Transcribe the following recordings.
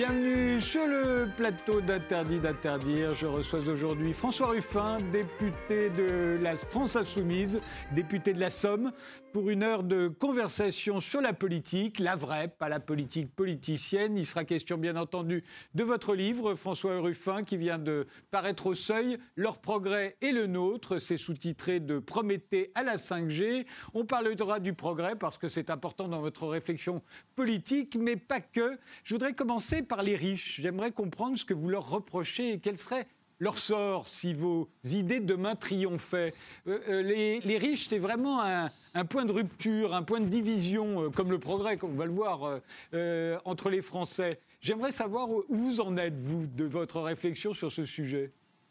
Bienvenue sur le plateau d'Interdit d'interdire. Je reçois aujourd'hui François Ruffin, député de la France Insoumise, député de la Somme, pour une heure de conversation sur la politique, la vraie, pas la politique politicienne. Il sera question, bien entendu, de votre livre, François Ruffin, qui vient de paraître au Seuil, Leur progrès et le nôtre. C'est sous-titré de Prométhée à la 5G. On parlera du progrès parce que c'est important dans votre réflexion politique, mais pas que. Je voudrais commencer par les riches. J'aimerais comprendre ce que vous leur reprochez et quel serait leur sort si vos idées demain triomphaient. Les riches, c'est vraiment un point de rupture, un point de division, comme le progrès, comme on va le voir, entre les Français. J'aimerais savoir où vous en êtes, vous, de votre réflexion sur ce sujet.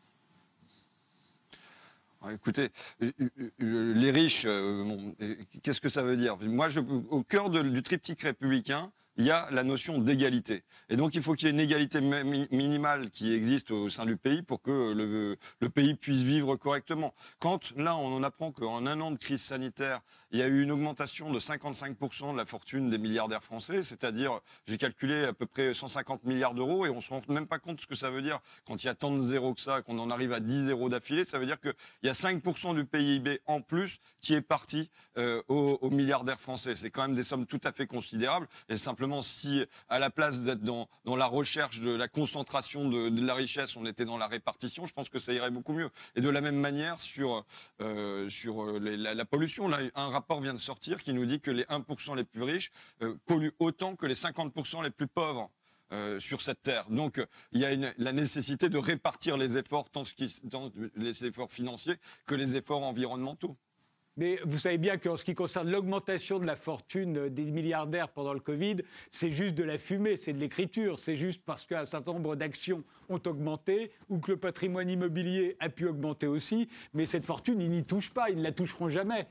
Écoutez, les riches, qu'est-ce que ça veut dire ? Moi, au cœur du triptyque républicain, il y a la notion d'égalité. Et donc, il faut qu'il y ait une égalité minimale qui existe au sein du pays pour que le pays puisse vivre correctement. Quand, là, on en apprend qu'en un an de crise sanitaire, il y a eu une augmentation de 55% de la fortune des milliardaires français, c'est-à-dire, j'ai calculé à peu près 150 milliards d'euros, et on ne se rend même pas compte de ce que ça veut dire quand il y a tant de zéros que ça, qu'on en arrive à 10 zéros d'affilée. Ça veut dire qu'il y a 5% du PIB en plus qui est parti aux milliardaires français. C'est quand même des sommes tout à fait considérables. Et simplement, si à la place d'être dans la recherche de la concentration de la richesse, on était dans la répartition, je pense que ça irait beaucoup mieux. Et de la même manière, sur la pollution, là, un rapport vient de sortir qui nous dit que les 1% les plus riches polluent autant que les 50% les plus pauvres. Sur cette terre. Donc, il y a la nécessité de répartir les efforts, tant les efforts financiers que les efforts environnementaux. Mais vous savez bien qu'en ce qui concerne l'augmentation de la fortune des milliardaires pendant le Covid, c'est juste de la fumée, c'est de l'écriture. C'est juste parce qu'un certain nombre d'actions ont augmenté ou que le patrimoine immobilier a pu augmenter aussi. Mais cette fortune, ils n'y touchent pas, ils ne la toucheront jamais.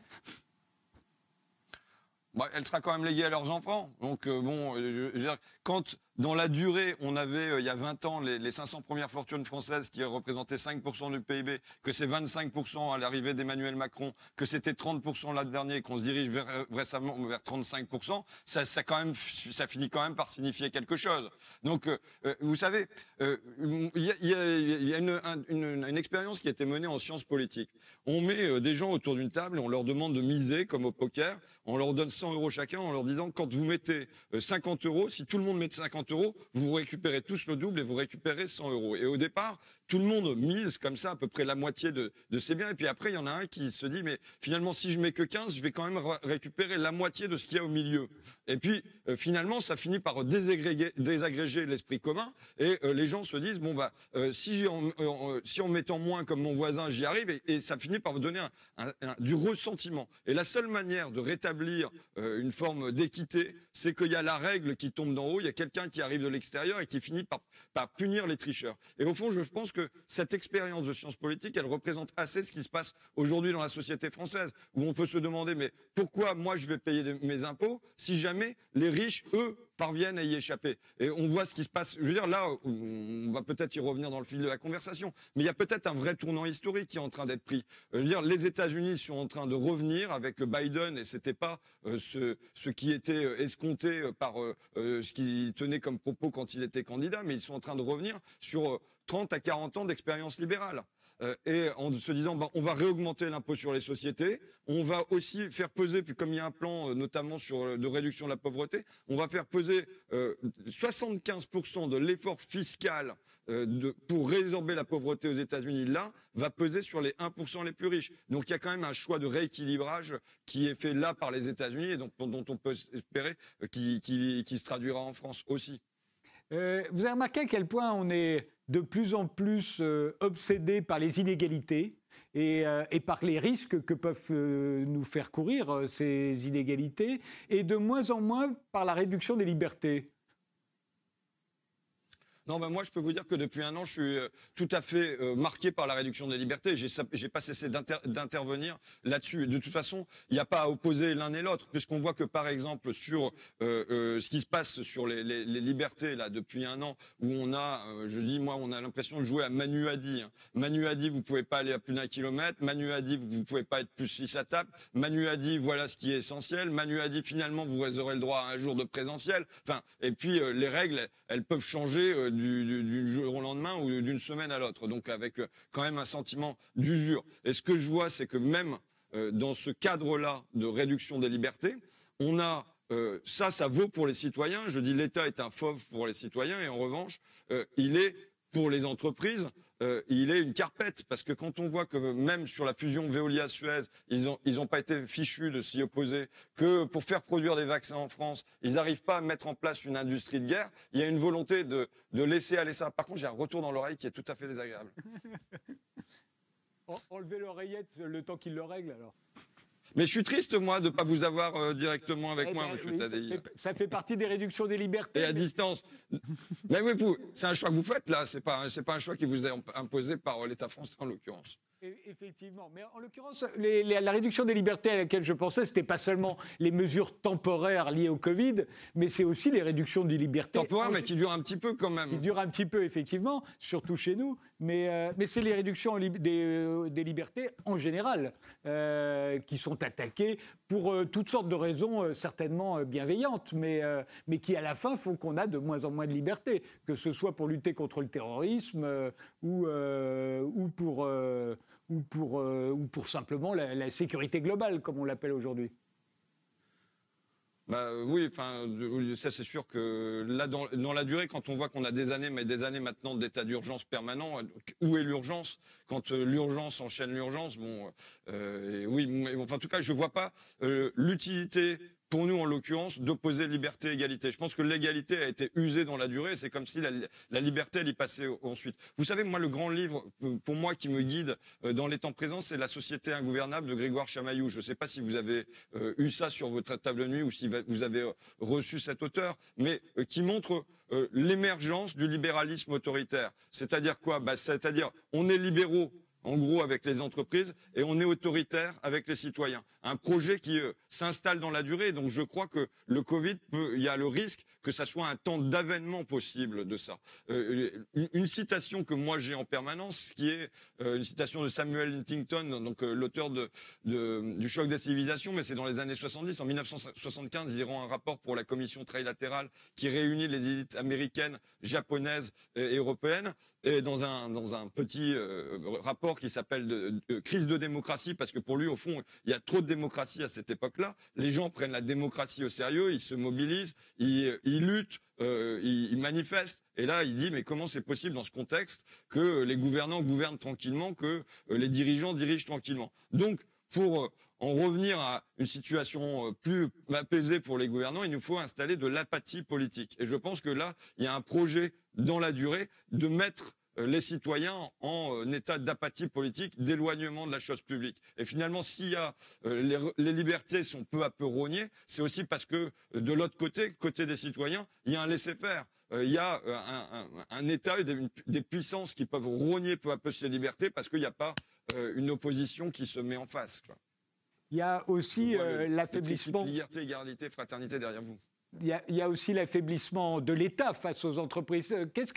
Elle sera quand même léguée à leurs enfants. Donc, je veux dire, quand dans la durée, on avait, il y a 20 ans, les 500 premières fortunes françaises qui représentaient 5% du PIB, que c'est 25% à l'arrivée d'Emmanuel Macron, que c'était 30% l'an dernier, qu'on se dirige récemment vers 35%, ça finit quand même par signifier quelque chose. Donc, vous savez, il y a une expérience qui a été menée en sciences politiques. On met des gens autour d'une table et on leur demande de miser, comme au poker. On leur donne 100 euros chacun en leur disant, quand vous mettez 50 euros, si tout le monde met 50 euros, vous récupérez tous le double et vous récupérez 100 euros. Et au départ, tout le monde mise comme ça à peu près la moitié de ses biens. Et puis après, il y en a un qui se dit, mais finalement, si je mets que 15, je vais quand même récupérer la moitié de ce qu'il y a au milieu. Et puis, finalement, ça finit par désagréger l'esprit commun. Et les gens se disent, si en mettant moins comme mon voisin, j'y arrive. Et ça finit par me donner du ressentiment. Et la seule manière de rétablir une forme d'équité, c'est qu'il y a la règle qui tombe d'en haut, il y a quelqu'un qui arrive de l'extérieur et qui finit par punir les tricheurs. Et au fond, je pense que cette expérience de sciences politiques, elle représente assez ce qui se passe aujourd'hui dans la société française, où on peut se demander, mais pourquoi moi je vais payer mes impôts si jamais les riches, eux, parviennent à y échapper. Et on voit ce qui se passe. Je veux dire, là, on va peut-être y revenir dans le fil de la conversation, mais il y a peut-être un vrai tournant historique qui est en train d'être pris. Je veux dire, les États-Unis sont en train de revenir avec Biden, et c'était pas ce qui était escompté par ce qu'il tenait comme propos quand il était candidat, mais ils sont en train de revenir sur 30 à 40 ans d'expérience libérale. Et en se disant, on va réaugmenter l'impôt sur les sociétés, on va aussi faire peser, puis comme il y a un plan notamment de réduction de la pauvreté, on va faire peser 75% de l'effort fiscal pour résorber la pauvreté aux États-Unis, là, va peser sur les 1% les plus riches. Donc il y a quand même un choix de rééquilibrage qui est fait là par les États-Unis et dont on peut espérer qui se traduira en France aussi. Vous avez remarqué à quel point on est de plus en plus obsédé par les inégalités et par les risques que peuvent nous faire courir ces inégalités, et de moins en moins par la réduction des libertés. Non, ben moi, je peux vous dire que depuis un an, je suis tout à fait marqué par la réduction des libertés. J'ai pas cessé d'intervenir là-dessus. De toute façon, il n'y a pas à opposer l'un et l'autre, puisqu'on voit que, par exemple, sur ce qui se passe sur les libertés, là, depuis un an, où on a, on a l'impression de jouer à Manu Hadi. Hein. Manu Hadi, vous pouvez pas aller à plus d'1 kilomètre. Manu Hadi, vous pouvez pas être plus 6 à table. Manu Hadi, voilà ce qui est essentiel. Manu Hadi, finalement, vous aurez le droit à un jour de présentiel. Enfin, et puis, les règles, elles peuvent changer du jour au lendemain ou d'une semaine à l'autre. Donc avec quand même un sentiment d'usure. Et ce que je vois, c'est que même dans ce cadre-là de réduction des libertés, on a ça vaut pour les citoyens. Je dis l'État est un fauve pour les citoyens et en revanche, il est pour les entreprises, il est une carpette, parce que quand on voit que même sur la fusion Veolia-Suez, ils ont pas été fichus de s'y opposer, que pour faire produire des vaccins en France, ils n'arrivent pas à mettre en place une industrie de guerre, il y a une volonté de laisser aller ça. Par contre, j'ai un retour dans l'oreille qui est tout à fait désagréable. Enlevez l'oreillette le temps qu'il le règle, alors. Mais je suis triste, moi, de ne pas vous avoir directement avec moi, monsieur Tadei. Ça fait partie des réductions des libertés. Et à distance. Mais oui, c'est un choix que vous faites, là. C'est pas un choix qui vous est imposé par l'État français, en l'occurrence. Effectivement. Mais en l'occurrence, la réduction des libertés à laquelle je pensais, ce n'était pas seulement les mesures temporaires liées au Covid, mais c'est aussi les réductions des libertés. Temporaires, mais qui durent un petit peu quand même. Qui durent un petit peu, effectivement, surtout chez nous. Mais c'est les réductions des libertés en général qui sont attaquées pour toutes sortes de raisons certainement bienveillantes, mais qui à la fin font qu'on a de moins en moins de liberté, que ce soit pour lutter contre le terrorisme ou pour simplement la sécurité globale, comme on l'appelle aujourd'hui. Bah oui, enfin ça c'est sûr que là dans la durée, quand on voit qu'on a des années maintenant d'état d'urgence permanent, où est l'urgence quand l'urgence enchaîne l'urgence? Bon, oui, mais, enfin, en tout cas, je vois pas l'utilité. Pour nous, en l'occurrence, d'opposer liberté et égalité. Je pense que l'égalité a été usée dans la durée. C'est comme si la liberté, elle y passait ensuite. Vous savez, moi, le grand livre, pour moi, qui me guide dans les temps présents, c'est La société ingouvernable de Grégoire Chamaillou. Je ne sais pas si vous avez eu ça sur votre table de nuit ou si vous avez reçu cet auteur, mais qui montre l'émergence du libéralisme autoritaire. C'est-à-dire quoi? C'est-à-dire, on est libéraux, en gros, avec les entreprises, et on est autoritaire avec les citoyens. Un projet qui s'installe dans la durée. Donc, je crois que le Covid, il y a le risque que ça soit un temps d'avènement possible de ça. Une citation que moi j'ai en permanence, qui est une citation de Samuel Huntington, donc l'auteur du choc des civilisations, mais c'est dans les années 70. En 1975, il rend un rapport pour la commission trilatérale qui réunit les élites américaines, japonaises et européennes. Et dans un petit rapport qui s'appelle crise de démocratie, parce que pour lui, au fond, il y a trop de démocratie à cette époque-là. Les gens prennent la démocratie au sérieux, ils se mobilisent, ils luttent, ils manifestent. Et là, il dit, mais comment c'est possible dans ce contexte que les gouvernants gouvernent tranquillement, que les dirigeants dirigent tranquillement? Donc, pour en revenir à une situation plus apaisée pour les gouvernants, il nous faut installer de l'apathie politique. Et je pense que là, il y a un projet dans la durée de mettre les citoyens en état d'apathie politique, d'éloignement de la chose publique. Et finalement, s'il y a les libertés sont peu à peu rognées, c'est aussi parce que de l'autre côté des citoyens, il y a un laisser-faire. Il y a un État et des puissances qui peuvent rogner peu à peu ces libertés parce qu'il n'y a pas une opposition qui se met en face, quoi. Il y a aussi l'affaiblissement. Liberté, égalité, fraternité derrière vous. Il y a aussi l'affaiblissement de l'État face aux entreprises.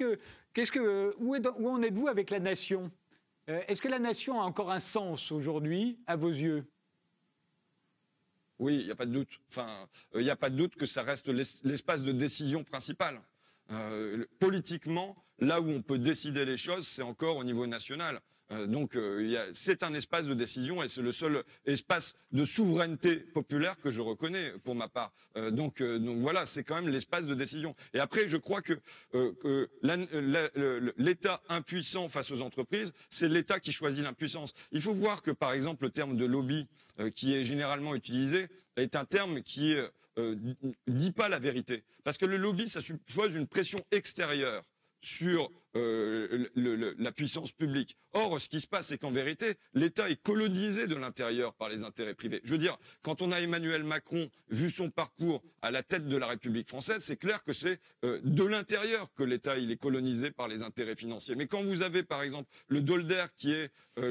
Où en êtes-vous avec la nation? Est-ce que la nation a encore un sens aujourd'hui, à vos yeux? Oui, il n'y a pas de doute. Enfin, il n'y a pas de doute que ça reste l'espace de décision principal. Politiquement, là où on peut décider les choses, c'est encore au niveau national. Donc, c'est un espace de décision et c'est le seul espace de souveraineté populaire que je reconnais pour ma part. Donc voilà, c'est quand même l'espace de décision. Et après, je crois que l'État impuissant face aux entreprises, c'est l'État qui choisit l'impuissance. Il faut voir que, par exemple, le terme de lobby qui est généralement utilisé est un terme qui dit pas la vérité. Parce que le lobby, ça suppose une pression extérieure sur la puissance publique. Or, ce qui se passe, c'est qu'en vérité, l'État est colonisé de l'intérieur par les intérêts privés. Je veux dire, quand on a Emmanuel Macron, vu son parcours à la tête de la République française, c'est clair que c'est de l'intérieur que l'État il est colonisé par les intérêts financiers. Mais quand vous avez, par exemple, le Dolder, qui est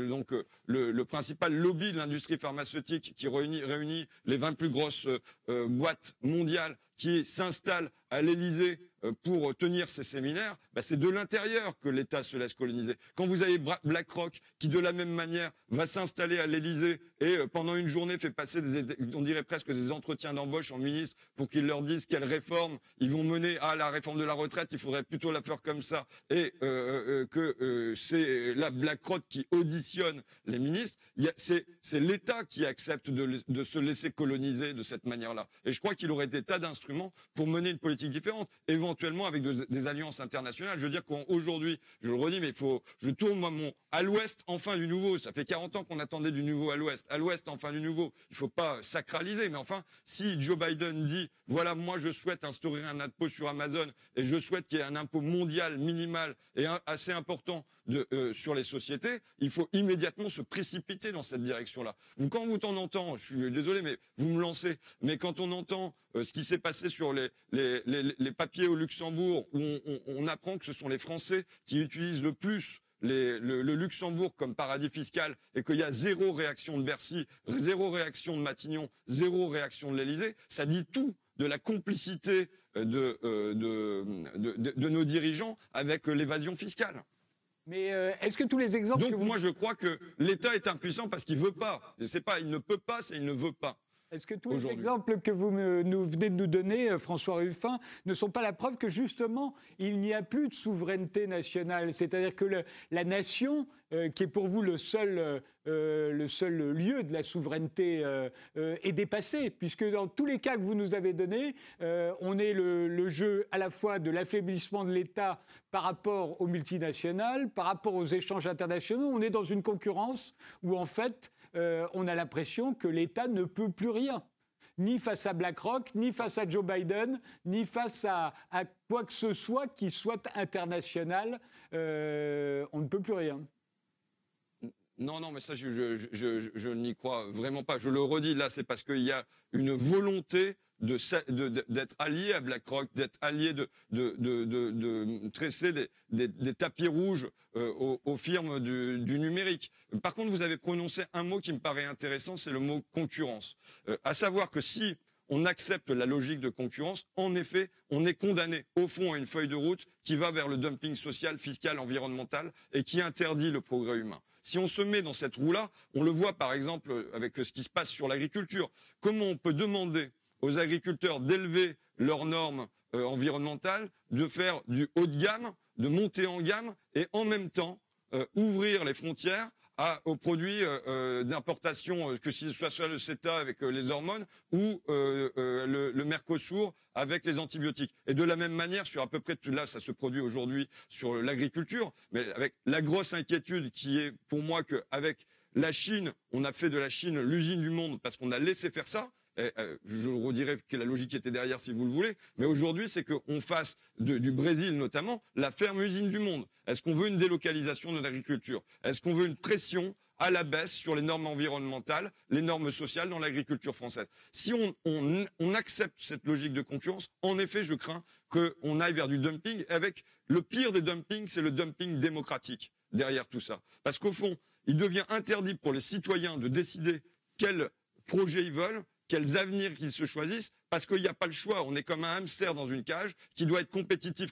le principal lobby de l'industrie pharmaceutique, qui réunit les 20 plus grosses boîtes mondiales, qui s'installe à l'Élysée pour tenir ces séminaires, c'est de l'intérieur que l'État se laisse coloniser. Quand vous avez BlackRock qui, de la même manière, va s'installer à l'Élysée et pendant une journée fait passer on dirait presque des entretiens d'embauche en ministre pour qu'ils leur disent quelle réforme ils vont mener. Ah, la réforme de la retraite, il faudrait plutôt la faire comme ça. Et c'est la BlackRock qui auditionne les ministres. C'est l'État qui accepte de se laisser coloniser de cette manière-là. Et je crois qu'il aurait des tas d'instruments pour mener une politique différente, éventuellement avec des alliances internationales. Je veux dire qu'aujourd'hui, je le redis, mais je tourne moi à l'Ouest, enfin du nouveau. Ça fait 40 ans qu'on attendait du nouveau à l'Ouest. À l'Ouest, enfin du nouveau. Il ne faut pas sacraliser, mais enfin, si Joe Biden dit, voilà, moi je souhaite instaurer un impôt sur Amazon et je souhaite qu'il y ait un impôt mondial minimal et assez important sur les sociétés, il faut immédiatement se précipiter dans cette direction-là. Quand vous en entendez, je suis désolé, mais vous me lancez, mais quand on entend ce qui s'est passé sur les papiers au Luxembourg, où on apprend que ce sont les Français qui utilisent le plus le Luxembourg comme paradis fiscal et qu'il y a zéro réaction de Bercy, zéro réaction de Matignon, zéro réaction de l'Élysée, ça dit tout de la complicité de nos dirigeants avec l'évasion fiscale. Mais est-ce que tous les exemples... Donc moi je crois que l'État est impuissant parce qu'il ne veut pas. Je sais pas, il ne peut pas, c'est il ne veut pas. Est-ce que tous les exemples que vous venez de nous donner, François Ruffin, ne sont pas la preuve que justement, il n'y a plus de souveraineté nationale? C'est-à-dire que la nation, qui est pour vous le seul lieu de la souveraineté, est dépassée, puisque dans tous les cas que vous nous avez donnés, on est le jeu à la fois de l'affaiblissement de l'État par rapport aux multinationales, par rapport aux échanges internationaux. On est dans une concurrence où, en fait, on a l'impression que l'État ne peut plus rien, ni face à BlackRock, ni face à Joe Biden, ni face à quoi que ce soit qui soit international. On ne peut plus rien. Non, mais ça, je n'y crois vraiment pas. Je le redis, là, c'est parce qu'il y a une volonté d'être allié à BlackRock, d'être allié de tresser des tapis rouges aux firmes du numérique. Par contre, vous avez prononcé un mot qui me paraît intéressant, c'est le mot concurrence. À savoir que si on accepte la logique de concurrence, en effet, on est condamné au fond à une feuille de route qui va vers le dumping social, fiscal, environnemental et qui interdit le progrès humain. Si on se met dans cette roue-là, on le voit par exemple avec ce qui se passe sur l'agriculture. Comment on peut demander aux agriculteurs d'élever leurs normes environnementales, de faire du haut de gamme, de monter en gamme et en même temps ouvrir les frontières aux produits d'importation, que ce soit le CETA avec les hormones ou le Mercosur avec les antibiotiques. Et de la même manière, sur à peu près tout là, ça se produit aujourd'hui sur l'agriculture, mais avec la grosse inquiétude qui est pour moi qu'avec la Chine, on a fait de la Chine l'usine du monde parce qu'on a laissé faire ça. Je redirai que la logique était derrière si vous le voulez, mais aujourd'hui c'est qu'on fasse du Brésil notamment la ferme-usine du monde. Est-ce qu'on veut une délocalisation de l'agriculture? Est-ce qu'on veut une pression à la baisse sur les normes environnementales, les normes sociales dans l'agriculture française? Si on accepte cette logique de concurrence, en effet je crains qu'on aille vers du dumping, avec le pire des dumpings, c'est le dumping démocratique derrière tout ça. Parce qu'au fond, il devient interdit pour les citoyens de décider quel projet ils veulent, quels avenirs qu'ils se choisissent, parce qu'il n'y a pas le choix. On est comme un hamster dans une cage qui doit être compétitif.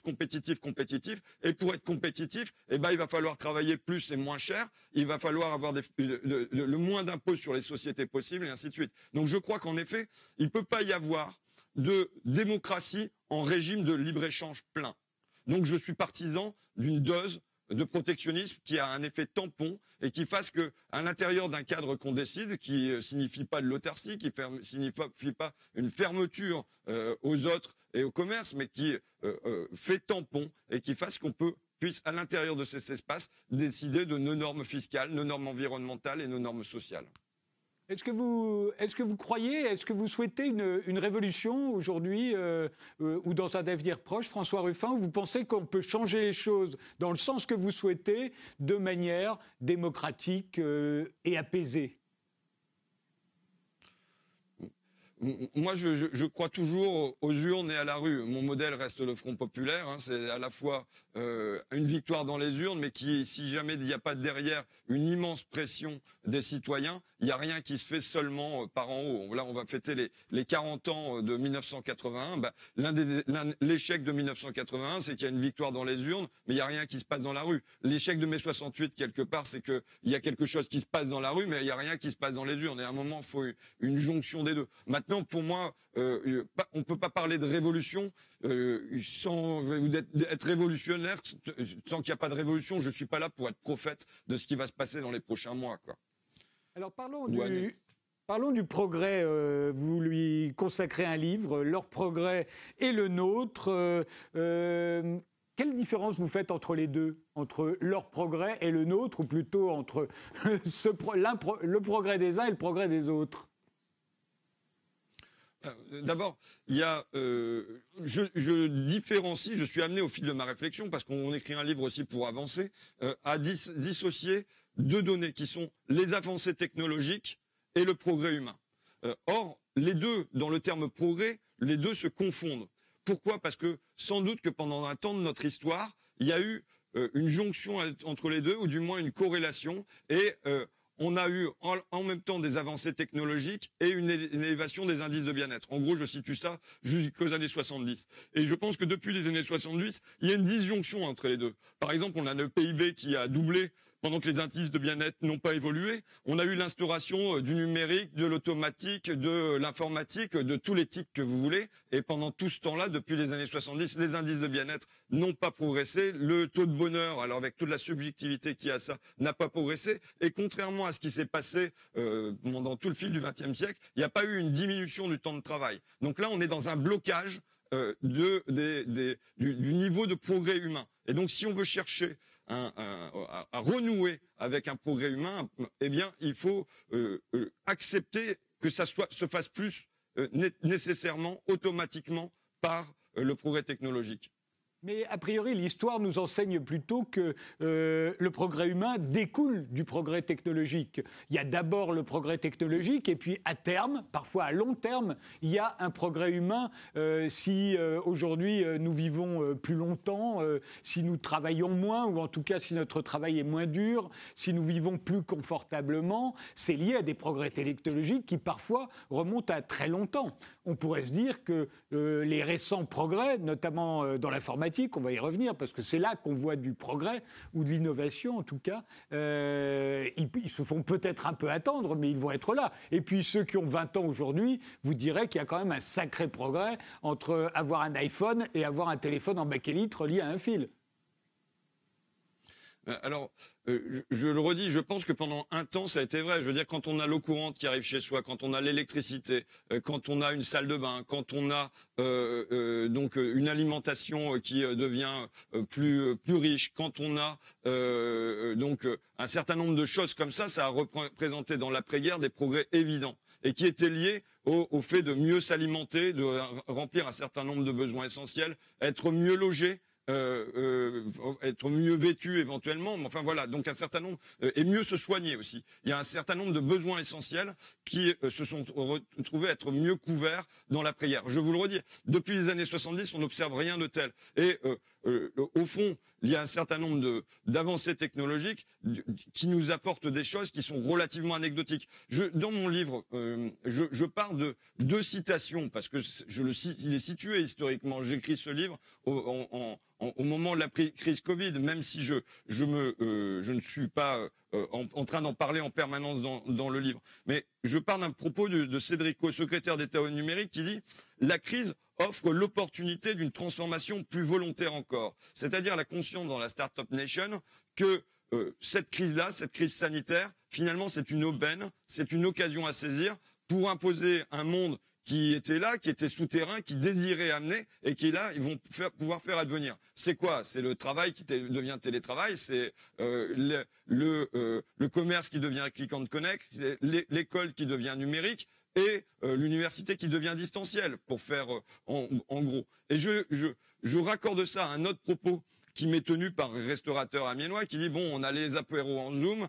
Et pour être compétitif, il va falloir travailler plus et moins cher. Il va falloir avoir le moins d'impôts sur les sociétés possibles et ainsi de suite. Donc je crois qu'en effet, il ne peut pas y avoir de démocratie en régime de libre-échange plein. Donc je suis partisan d'une dose de protectionnisme qui a un effet tampon et qui fasse qu'à l'intérieur d'un cadre qu'on décide, qui signifie pas de l'autarcie, qui signifie pas une fermeture aux autres et au commerce, mais qui fait tampon et qui fasse qu'on puisse, à l'intérieur de cet espace, décider de nos normes fiscales, nos normes environnementales et nos normes sociales. Est-ce que vous croyez, est-ce que vous souhaitez une révolution aujourd'hui ou dans un avenir proche, François Ruffin, où vous pensez qu'on peut changer les choses dans le sens que vous souhaitez, de manière démocratique et apaisée? Moi, je crois toujours aux urnes et à la rue. Mon modèle reste le Front populaire. Hein. C'est à la fois une victoire dans les urnes, mais qui, si jamais il n'y a pas derrière une immense pression des citoyens, il n'y a rien qui se fait seulement par en haut. Là, on va fêter les 40 ans de 1981. Bah, l'échec de 1981, c'est qu'il y a une victoire dans les urnes, mais il n'y a rien qui se passe dans la rue. L'échec de mai 68, quelque part, c'est qu'il y a quelque chose qui se passe dans la rue, mais il n'y a rien qui se passe dans les urnes. Et à un moment, il faut une jonction des deux. Maintenant, pour moi, on ne peut pas parler de révolution sans être révolutionnaire. Tant qu'il n'y a pas de révolution, je ne suis pas là pour être prophète de ce qui va se passer dans les prochains mois, quoi. Alors parlons du progrès. Vous lui consacrez un livre, Leur progrès et le nôtre. Quelle différence vous faites entre les deux, entre leur progrès et le nôtre, ou plutôt entre le progrès des uns et le progrès des autres? D'abord, il y a, je différencie, je suis amené au fil de ma réflexion, parce qu'on écrit un livre aussi pour avancer, à dissocier deux données qui sont les avancées technologiques et le progrès humain. Or, les deux, dans le terme progrès, les deux se confondent. Pourquoi? Parce que sans doute que pendant un temps de notre histoire, il y a eu une jonction entre les deux, ou du moins une corrélation, et on a eu en même temps des avancées technologiques et une élévation des indices de bien-être. En gros, je situe ça jusqu'aux années 70. Et je pense que depuis les années 70, il y a une disjonction entre les deux. Par exemple, on a le PIB qui a doublé pendant que les indices de bien-être n'ont pas évolué. On a eu l'instauration du numérique, de l'automatique, de l'informatique, de tous les tics que vous voulez. Et pendant tout ce temps-là, depuis les années 70, les indices de bien-être n'ont pas progressé. Le taux de bonheur, alors avec toute la subjectivité qu'il y a à ça, n'a pas progressé. Et contrairement à ce qui s'est passé pendant tout le fil du XXe siècle, il n'y a pas eu une diminution du temps de travail. Donc là, on est dans un blocage du niveau de progrès humain. Et donc, si on veut chercher à renouer avec un progrès humain, eh bien, il faut accepter que ça se fasse plus nécessairement, automatiquement, par le progrès technologique. Mais a priori, l'histoire nous enseigne plutôt que le progrès humain découle du progrès technologique. Il y a d'abord le progrès technologique et puis à terme, parfois à long terme, il y a un progrès humain. Si aujourd'hui nous vivons plus longtemps, si nous travaillons moins ou en tout cas si notre travail est moins dur, si nous vivons plus confortablement, c'est lié à des progrès technologiques qui parfois remontent à très longtemps. On pourrait se dire que les récents progrès, notamment dans l'informatique, on va y revenir parce que c'est là qu'on voit du progrès ou de l'innovation en tout cas, ils se font peut-être un peu attendre mais ils vont être là. Et puis ceux qui ont 20 ans aujourd'hui vous diraient qu'il y a quand même un sacré progrès entre avoir un iPhone et avoir un téléphone en bakélite relié à un fil. Alors, je le redis, je pense que pendant un temps, ça a été vrai. Je veux dire, quand on a l'eau courante qui arrive chez soi, quand on a l'électricité, quand on a une salle de bain, quand on a donc une alimentation qui devient plus riche, quand on a donc un certain nombre de choses comme ça a représenté dans l'après-guerre des progrès évidents et qui étaient liés au fait de mieux s'alimenter, de remplir un certain nombre de besoins essentiels, être mieux logé. Être mieux vêtu éventuellement, mais enfin voilà, donc un certain nombre, et mieux se soigner aussi. Il y a un certain nombre de besoins essentiels qui se sont retrouvés être mieux couverts dans l'après-guerre. Je vous le redis, depuis les années 70, on n'observe rien de tel. Et au fond, il y a un certain nombre d'avancées technologiques qui nous apportent des choses qui sont relativement anecdotiques. Dans mon livre, je pars de deux citations, parce que il est situé historiquement. J'écris ce livre au moment de la crise Covid, même si je ne suis pas en train d'en parler en permanence dans le livre. Mais je pars d'un propos de Cédric O, secrétaire d'État au numérique, qui dit « La crise offre l'opportunité d'une transformation plus volontaire encore ». C'est-à-dire la conscience dans la Startup Nation que cette crise-là, cette crise sanitaire, finalement, c'est une aubaine, c'est une occasion à saisir pour imposer un monde qui étaient là, qui étaient souterrains, qui désiraient amener et qui là, ils vont pouvoir faire advenir. C'est quoi? C'est le travail qui devient télétravail, c'est le commerce qui devient click and connect, l'école qui devient numérique et l'université qui devient distancielle, pour faire en gros. Et je raccorde ça à un autre propos qui m'est tenu par un restaurateur amiénois qui dit bon, on a les apéros en Zoom,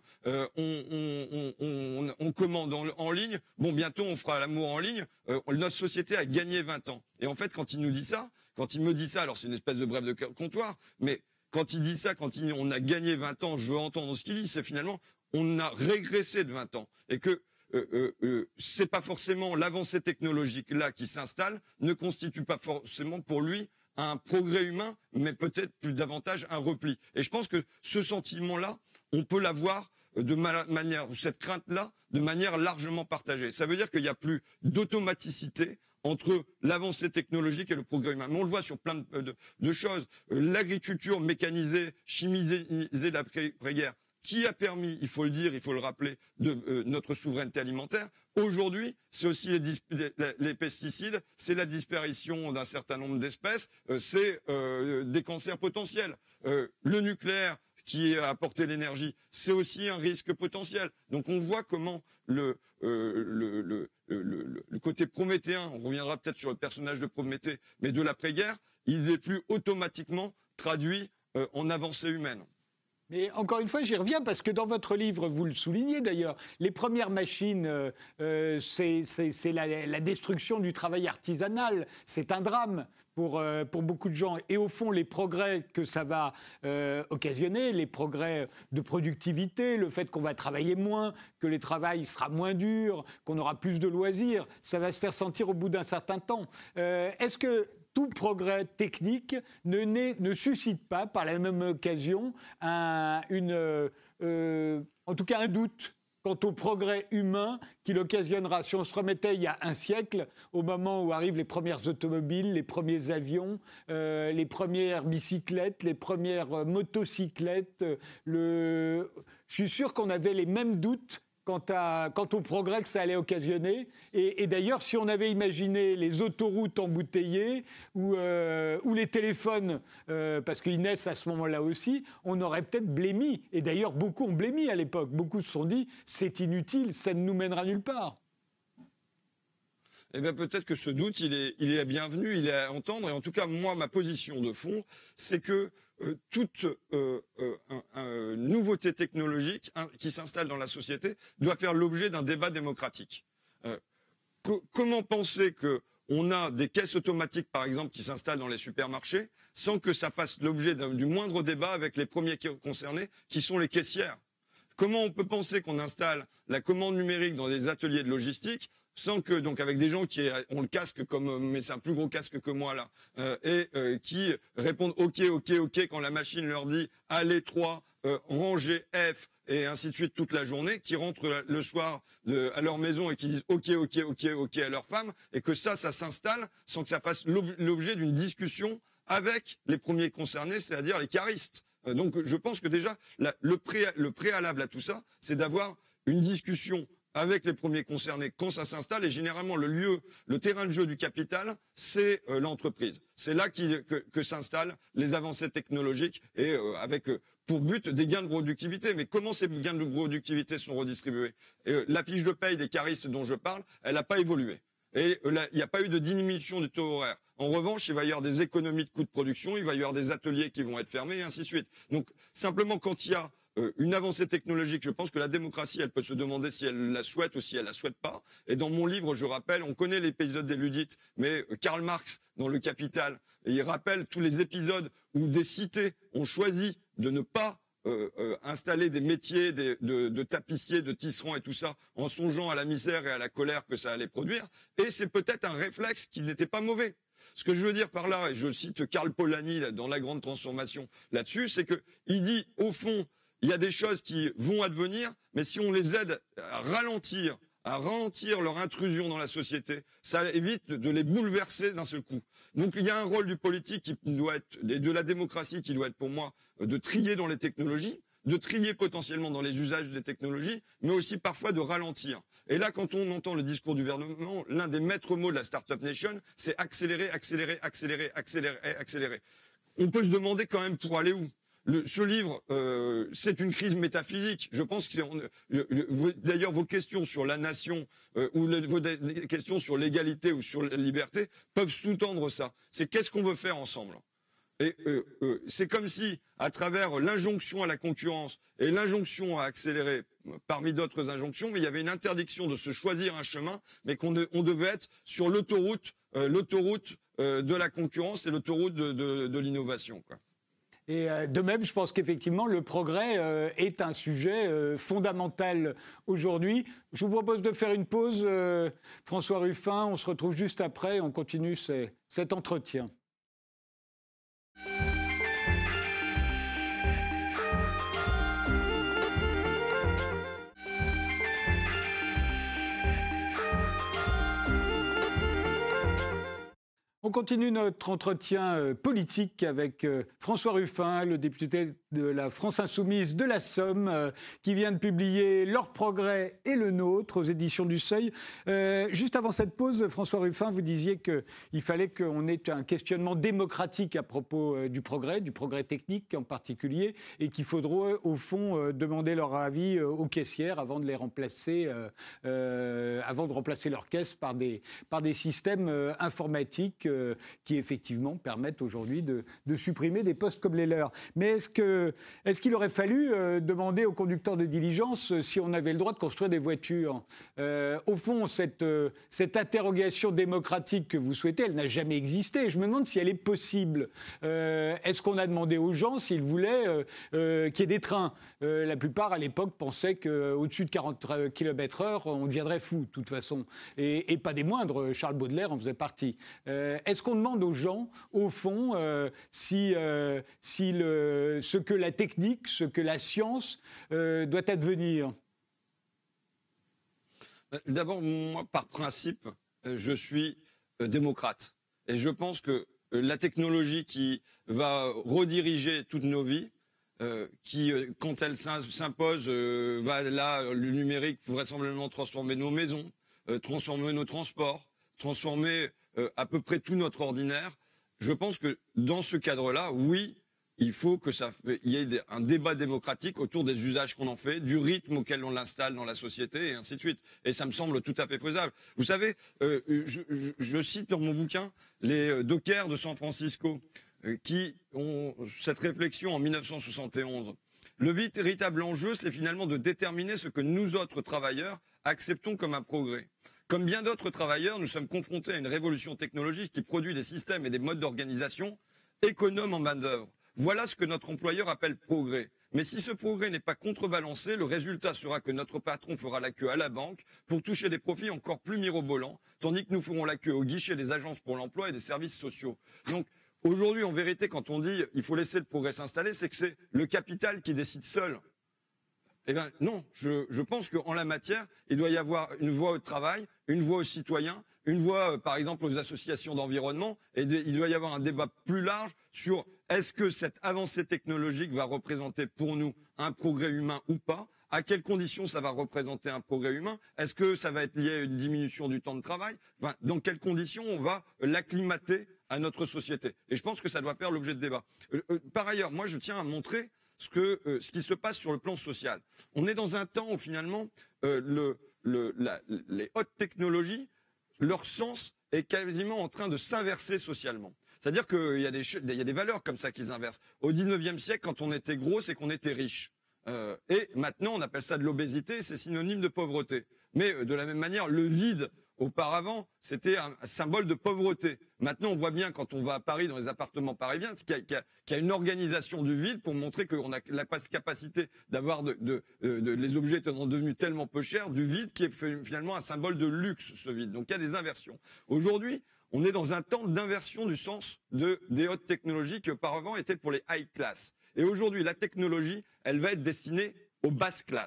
on commande en ligne, bon, bientôt on fera l'amour en ligne, notre société a gagné 20 ans. Et en fait, quand il nous dit ça, quand il me dit ça, alors c'est une espèce de brève de comptoir, mais quand il dit ça, on a gagné 20 ans, je veux entendre ce qu'il dit, c'est finalement on a régressé de 20 ans. Et que c'est pas forcément l'avancée technologique là qui s'installe, ne constitue pas forcément pour lui un progrès humain, mais peut-être plus davantage un repli. Et je pense que ce sentiment-là, on peut l'avoir de manière, ou cette crainte-là, de manière largement partagée. Ça veut dire qu'il n'y a plus d'automaticité entre l'avancée technologique et le progrès humain. Mais on le voit sur plein de choses. L'agriculture mécanisée, chimisée de l'après-guerre, qui a permis, il faut le dire, il faut le rappeler, de notre souveraineté alimentaire. Aujourd'hui, c'est aussi les pesticides, c'est la disparition d'un certain nombre d'espèces, c'est des cancers potentiels. Le nucléaire, qui a apporté l'énergie, c'est aussi un risque potentiel. Donc on voit comment le côté prométhéen, on reviendra peut-être sur le personnage de Prométhée, mais de l'après-guerre, il n'est plus automatiquement traduit en avancée humaine. Mais encore une fois, j'y reviens parce que dans votre livre, vous le soulignez d'ailleurs, les premières machines, c'est la destruction du travail artisanal. C'est un drame pour beaucoup de gens. Et au fond, les progrès que ça va occasionner, les progrès de productivité, le fait qu'on va travailler moins, que le travail sera moins dur, qu'on aura plus de loisirs, ça va se faire sentir au bout d'un certain temps. Est-ce que tout progrès technique ne suscite pas, par la même occasion, en tout cas un doute quant au progrès humain qu'il occasionnera. Si on se remettait il y a un siècle, au moment où arrivent les premières automobiles, les premiers avions, les premières bicyclettes, les premières motocyclettes, je suis sûr qu'on avait les mêmes doutes quant au progrès que ça allait occasionner. Et d'ailleurs, si on avait imaginé les autoroutes embouteillées ou les téléphones, parce qu'ils naissent à ce moment-là aussi, on aurait peut-être blémi. Et d'ailleurs, beaucoup ont blémi à l'époque. Beaucoup se sont dit, c'est inutile, ça ne nous mènera nulle part. Eh bien, peut-être que ce doute, il est bienvenu, il est à entendre. Et en tout cas, moi, ma position de fond, c'est que toute nouveauté technologique qui s'installe dans la société doit faire l'objet d'un débat démocratique. Comment penser qu'on a des caisses automatiques, par exemple, qui s'installent dans les supermarchés, sans que ça fasse l'objet du moindre débat avec les premiers concernés, qui sont les caissières? Comment on peut penser qu'on installe la commande numérique dans des ateliers de logistique sans que, donc avec des gens qui ont le casque mais c'est un plus gros casque que moi là, qui répondent OK quand la machine leur dit allez 3, rangez F et ainsi de suite toute la journée, qui rentrent le soir à leur maison et qui disent OK à leur femme, et que ça s'installe sans que ça fasse l'objet d'une discussion avec les premiers concernés, c'est-à-dire les caristes. Donc je pense que déjà le préalable à tout ça, c'est d'avoir une discussion avec les premiers concernés quand ça s'installe. Et généralement, le terrain de jeu du capital, c'est l'entreprise. C'est là que s'installent les avancées technologiques et avec pour but des gains de productivité. Mais comment ces gains de productivité sont redistribués? La fiche de paye des caristes dont je parle, elle n'a pas évolué. Et il n'y a pas eu de diminution du taux horaire. En revanche, il va y avoir des économies de coûts de production, il va y avoir des ateliers qui vont être fermés, et ainsi de suite. Donc, simplement, quand il y a une avancée technologique, je pense que la démocratie, elle peut se demander si elle la souhaite ou si elle la souhaite pas. Et dans mon livre, je rappelle, on connaît l'épisode des Ludites, mais Karl Marx, dans Le Capital, il rappelle tous les épisodes où des cités ont choisi de ne pas installer des métiers de tapissiers, de tisserands et tout ça, en songeant à la misère et à la colère que ça allait produire. Et c'est peut-être un réflexe qui n'était pas mauvais. Ce que je veux dire par là, et je cite Karl Polanyi dans La Grande Transformation là-dessus, c'est que il dit, au fond, il y a des choses qui vont advenir, mais si on les aide à ralentir leur intrusion dans la société, ça évite de les bouleverser d'un seul coup. Donc il y a un rôle du politique qui doit être, et de la démocratie qui doit être pour moi de trier dans les technologies, de trier potentiellement dans les usages des technologies, mais aussi parfois de ralentir. Et là, quand on entend le discours du gouvernement, l'un des maîtres mots de la Startup Nation, c'est accélérer, accélérer, accélérer, accélérer, accélérer. On peut se demander quand même pour aller où. Ce livre, c'est une crise métaphysique. Je pense que d'ailleurs vos questions sur la nation ou vos questions sur l'égalité ou sur la liberté peuvent sous-tendre ça. C'est qu'est-ce qu'on veut faire ensemble. Et c'est comme si, à travers l'injonction à la concurrence et l'injonction à accélérer, parmi d'autres injonctions, mais il y avait une interdiction de se choisir un chemin, mais qu'on devait être sur l'autoroute de la concurrence et l'autoroute de l'innovation, quoi. Et de même, je pense qu'effectivement, le progrès est un sujet fondamental aujourd'hui. Je vous propose de faire une pause. François Ruffin, on se retrouve juste après. On continue cet entretien. On continue notre entretien politique avec François Ruffin, le député de la France Insoumise de la Somme, qui vient de publier Leur progrès et le nôtre aux éditions du Seuil. Juste avant cette pause, François Ruffin, vous disiez qu'il fallait qu'on ait un questionnement démocratique à propos du progrès technique en particulier, et qu'il faudrait au fond demander leur avis aux caissières avant de les remplacer, avant de remplacer leurs caisses par des systèmes informatiques qui effectivement permettent aujourd'hui de supprimer des postes comme les leurs. Mais est-ce qu'il aurait fallu demander aux conducteurs de diligence si on avait le droit de construire des voitures ? Au fond, cette interrogation démocratique que vous souhaitez, elle n'a jamais existé. Je me demande si elle est possible. Est-ce qu'on a demandé aux gens s'ils voulaient qu'il y ait des trains ? La plupart, à l'époque, pensaient qu'au-dessus de 40 km/h, on deviendrait fou, de toute façon. Et pas des moindres. Charles Baudelaire en faisait partie. Est-ce qu'on demande aux gens, au fond, ce que la technique, ce que la science doit advenir ? D'abord, moi, par principe, je suis démocrate. Et je pense que la technologie qui va rediriger toutes nos vies, qui, quand elle s'impose, va là, le numérique, vraisemblablement transformer nos maisons, transformer nos transports, transformer à peu près tout notre ordinaire. Je pense que dans ce cadre-là, oui, il faut qu'il y ait un débat démocratique autour des usages qu'on en fait, du rythme auquel on l'installe dans la société, et ainsi de suite. Et ça me semble tout à fait faisable. Vous savez, je cite dans mon bouquin les dockers de San Francisco, qui ont cette réflexion en 1971. Le véritable enjeu, c'est finalement de déterminer ce que nous autres travailleurs acceptons comme un progrès. Comme bien d'autres travailleurs, nous sommes confrontés à une révolution technologique qui produit des systèmes et des modes d'organisation économes en main-d'œuvre. Voilà ce que notre employeur appelle progrès. Mais si ce progrès n'est pas contrebalancé, le résultat sera que notre patron fera la queue à la banque pour toucher des profits encore plus mirobolants, tandis que nous ferons la queue au guichet des agences pour l'emploi et des services sociaux. Donc, aujourd'hui, en vérité, quand on dit il faut laisser le progrès s'installer, c'est que c'est le capital qui décide seul. Eh bien non, je pense qu'en la matière, il doit y avoir une voix au travail, une voix aux citoyens, une voix par exemple aux associations d'environnement, et il doit y avoir un débat plus large sur est-ce que cette avancée technologique va représenter pour nous un progrès humain ou pas ? À quelles conditions ça va représenter un progrès humain ? Est-ce que ça va être lié à une diminution du temps de travail ? Enfin, dans quelles conditions on va l'acclimater à notre société ? Et je pense que ça doit faire l'objet de débat. Par ailleurs, moi je tiens à montrer ce qui se passe sur le plan social. On est dans un temps où finalement les hautes technologies, leur sens est quasiment en train de s'inverser socialement. C'est-à-dire qu'il y a des valeurs comme ça qui s'inversent. Au 19e siècle, quand on était gros, c'est qu'on était riche. Et maintenant, on appelle ça de l'obésité, c'est synonyme de pauvreté. Mais de la même manière, le vide, auparavant, c'était un symbole de pauvreté. Maintenant, on voit bien quand on va à Paris, dans les appartements parisiens, qu'il y a une organisation du vide pour montrer qu'on a la capacité d'avoir les objets étant devenus tellement peu chers, du vide qui est finalement un symbole de luxe, ce vide. Donc il y a des inversions. Aujourd'hui, on est dans un temps d'inversion du sens des hautes technologies qui auparavant étaient pour les high class. Et aujourd'hui, la technologie, elle va être destinée aux basses classes.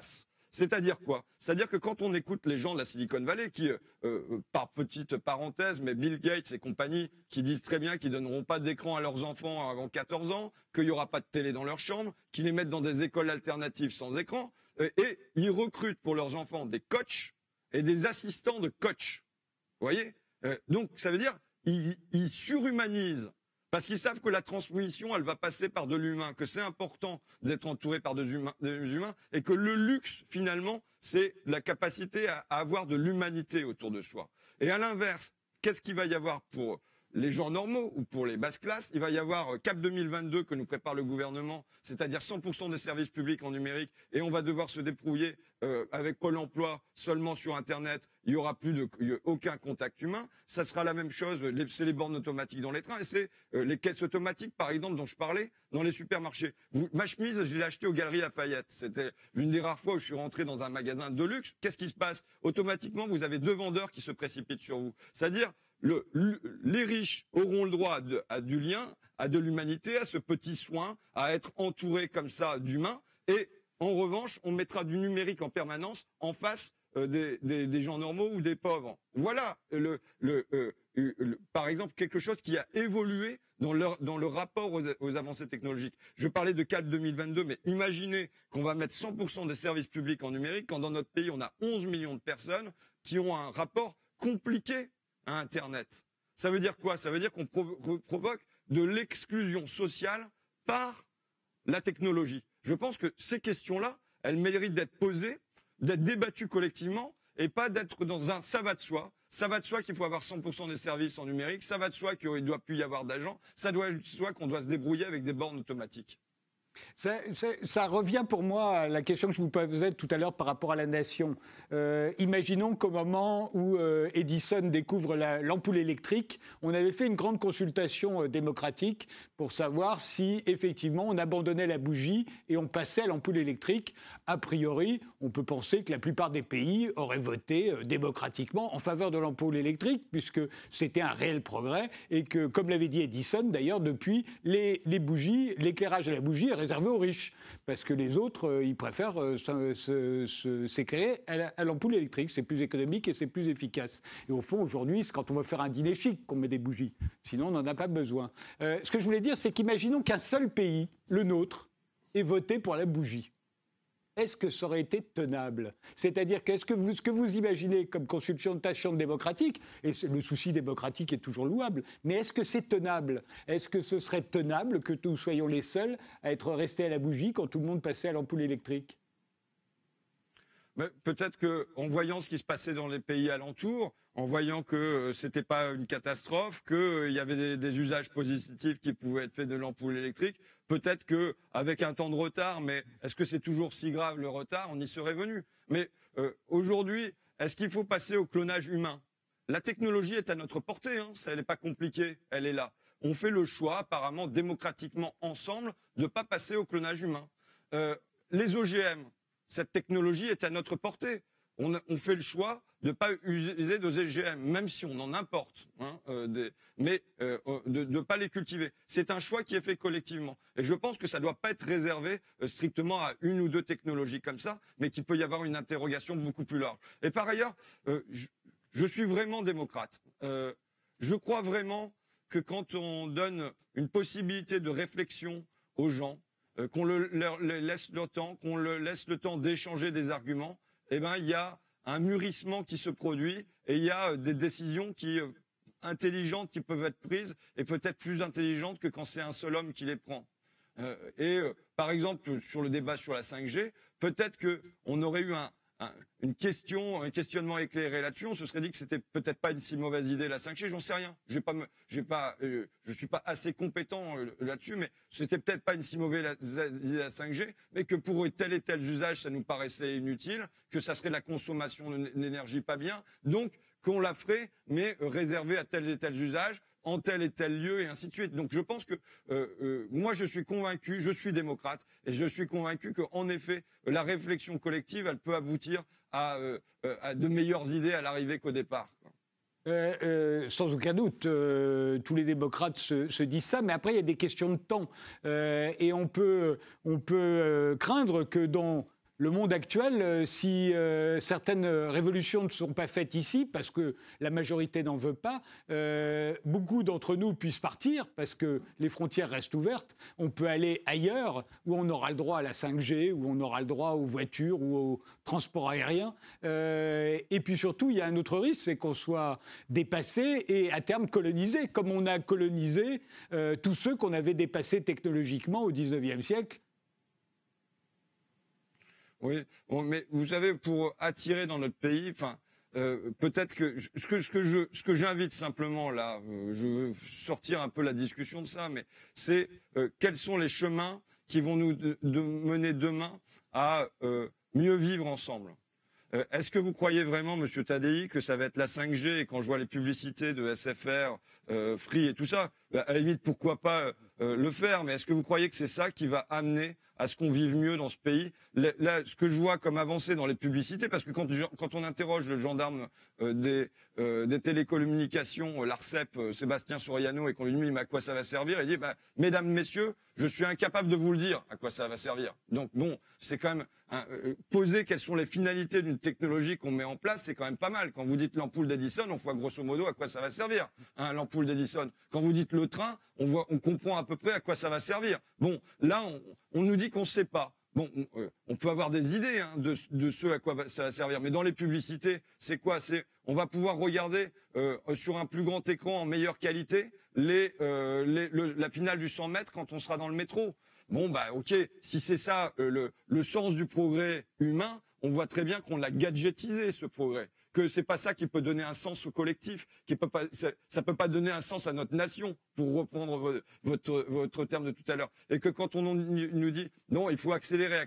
C'est-à-dire quoi? C'est-à-dire que quand on écoute les gens de la Silicon Valley, qui, par petite parenthèse, mais Bill Gates et compagnie, qui disent très bien qu'ils donneront pas d'écran à leurs enfants avant 14 ans, qu'il n'y aura pas de télé dans leur chambre, qu'ils les mettent dans des écoles alternatives sans écran, et ils recrutent pour leurs enfants des coachs et des assistants de coach. Vous voyez? Donc, ça veut dire ils surhumanisent. Parce qu'ils savent que la transmission, elle va passer par de l'humain, que c'est important d'être entouré par des humains, et que le luxe, finalement, c'est la capacité à avoir de l'humanité autour de soi. Et à l'inverse, qu'est-ce qu'il va y avoir pour les gens normaux ou pour les basses classes? Il va y avoir Cap 2022 que nous prépare le gouvernement, c'est-à-dire 100% des services publics en numérique, et on va devoir se débrouiller avec Pôle emploi seulement sur Internet. Il y aura aucun contact humain. Ça sera la même chose. C'est les bornes automatiques dans les trains et c'est les caisses automatiques, par exemple, dont je parlais dans les supermarchés. Ma chemise, je l'ai achetée aux Galeries Lafayette. C'était l'une des rares fois où je suis rentré dans un magasin de luxe. Qu'est-ce qui se passe? Automatiquement, vous avez 2 vendeurs qui se précipitent sur vous. C'est-à-dire les riches auront le droit à du lien, à de l'humanité, à ce petit soin, à être entourés comme ça d'humains. Et en revanche, on mettra du numérique en permanence en face des gens normaux ou des pauvres. Voilà, par exemple, quelque chose qui a évolué dans le rapport aux avancées technologiques. Je parlais de Cap 2022, mais imaginez qu'on va mettre 100% des services publics en numérique, quand dans notre pays, on a 11 millions de personnes qui ont un rapport compliqué à Internet. Ça veut dire quoi? Ça veut dire qu'on provoque de l'exclusion sociale par la technologie. Je pense que ces questions-là, elles méritent d'être posées, d'être débattues collectivement et pas d'être dans un ça va de soi. Ça va de soi qu'il faut avoir 100% des services en numérique. Ça va de soi qu'il ne doit plus y avoir d'agents. Ça doit de soi qu'on doit se débrouiller avec des bornes automatiques. Ça revient pour moi à la question que je vous posais tout à l'heure par rapport à la nation. Imaginons qu'au moment où Edison découvre l'ampoule électrique, on avait fait une grande consultation démocratique pour savoir si effectivement on abandonnait la bougie et on passait à l'ampoule électrique. A priori, on peut penser que la plupart des pays auraient voté démocratiquement en faveur de l'ampoule électrique puisque c'était un réel progrès et que, comme l'avait dit Edison d'ailleurs, depuis, les bougies, l'éclairage à la bougie est réservé aux riches, parce que les autres, ils préfèrent s'éclairer à l'ampoule électrique. C'est plus économique et c'est plus efficace. Et au fond, aujourd'hui, c'est quand on veut faire un dîner chic qu'on met des bougies. Sinon, on n'en a pas besoin. Ce que je voulais dire, c'est qu'imaginons qu'un seul pays, le nôtre, ait voté pour la bougie. Est-ce que ça aurait été tenable? C'est-à-dire ce que vous imaginez comme consultation démocratique, et le souci démocratique est toujours louable, mais est-ce que c'est tenable? Est-ce que ce serait tenable que nous soyons les seuls à être restés à la bougie quand tout le monde passait à l'ampoule électrique? Mais peut-être qu'en voyant ce qui se passait dans les pays alentours, en voyant que c'était pas une catastrophe, qu'il y avait des usages positifs qui pouvaient être faits de l'ampoule électrique, peut-être qu'avec un temps de retard, mais est-ce que c'est toujours si grave le retard? On y serait venu. Mais aujourd'hui, est-ce qu'il faut passer au clonage humain? La technologie est à notre portée, hein, elle n'est pas compliquée, elle est là. On fait le choix, apparemment démocratiquement ensemble, de ne pas passer au clonage humain. Les OGM, cette technologie est à notre portée. On fait le choix de ne pas utiliser de OGM, même si on en importe, mais de ne pas les cultiver. C'est un choix qui est fait collectivement. Et je pense que ça ne doit pas être réservé strictement à une ou deux technologies comme ça, mais qu'il peut y avoir une interrogation beaucoup plus large. Et par ailleurs, je suis vraiment démocrate. Je crois vraiment que quand on donne une possibilité de réflexion aux gens, qu'on leur laisse le temps, qu'on leur laisse le temps d'échanger des arguments, eh ben, il y a un mûrissement qui se produit et il y a des décisions intelligentes qui peuvent être prises et peut-être plus intelligentes que quand c'est un seul homme qui les prend. Par exemple, sur le débat sur la 5G, peut-être qu'on aurait eu un questionnement éclairé là-dessus, on se serait dit que c'était peut-être pas une si mauvaise idée la 5G, j'en sais rien. Je suis pas assez compétent là-dessus, mais c'était peut-être pas une si mauvaise idée la 5G, mais que pour tel et tel usage, ça nous paraissait inutile, que ça serait de la consommation d'énergie pas bien, donc qu'on la ferait, mais réservée à tel et tel usage, en tel et tel lieu, et ainsi de suite. Donc je pense que moi je suis convaincu, je suis démocrate, et je suis convaincu qu'en effet, la réflexion collective, elle peut aboutir à de meilleures idées à l'arrivée qu'au départ. Sans aucun doute, tous les démocrates se disent ça, mais après il y a des questions de temps. Et on peut craindre que dans le monde actuel, si certaines révolutions ne sont pas faites ici, parce que la majorité n'en veut pas, beaucoup d'entre nous puissent partir, parce que les frontières restent ouvertes. On peut aller ailleurs, où on aura le droit à la 5G, où on aura le droit aux voitures ou au transport aérien. Et puis surtout, il y a un autre risque, c'est qu'on soit dépassé et à terme colonisé, comme on a colonisé tous ceux qu'on avait dépassés technologiquement au 19e siècle. Oui, bon, mais vous savez, pour attirer dans notre pays, enfin, peut-être que ce que j'invite simplement là, je veux sortir un peu la discussion de ça, mais c'est quels sont les chemins qui vont nous mener demain à mieux vivre ensemble. Est-ce que vous croyez vraiment, Monsieur Tadei, que ça va être la 5G, et quand je vois les publicités de SFR, Free et tout ça, bah, à la limite, pourquoi pas le faire, mais est-ce que vous croyez que c'est ça qui va amener à ce qu'on vive mieux dans ce pays? Là, ce que je vois comme avancée dans les publicités, parce que quand on interroge le gendarme des télécommunications, l'ARCEP, Sébastien Soriano, et qu'on lui demande à quoi ça va servir, il dit bah, « Mesdames, Messieurs, je suis incapable de vous le dire à quoi ça va servir ». Donc bon, c'est quand même poser quelles sont les finalités d'une technologie qu'on met en place, c'est quand même pas mal. Quand vous dites l'ampoule d'Edison, on voit grosso modo à quoi ça va servir, hein, l'ampoule d'Edison. Quand vous dites le train, on comprend à peu près à quoi ça va servir. Bon, là, on nous dit qu'on ne sait pas. Bon, on peut avoir des idées hein, de ce à quoi ça va servir, mais dans les publicités, c'est quoi? On va pouvoir regarder sur un plus grand écran en meilleure qualité la finale du 100 mètres quand on sera dans le métro. Bon, bah ok, si c'est ça le sens du progrès humain, on voit très bien qu'on l'a gadgetisé, ce progrès. Que c'est pas ça qui peut donner un sens au collectif, ça peut pas donner un sens à notre nation, pour reprendre votre terme de tout à l'heure. Et que quand on nous dit non, il faut accélérer,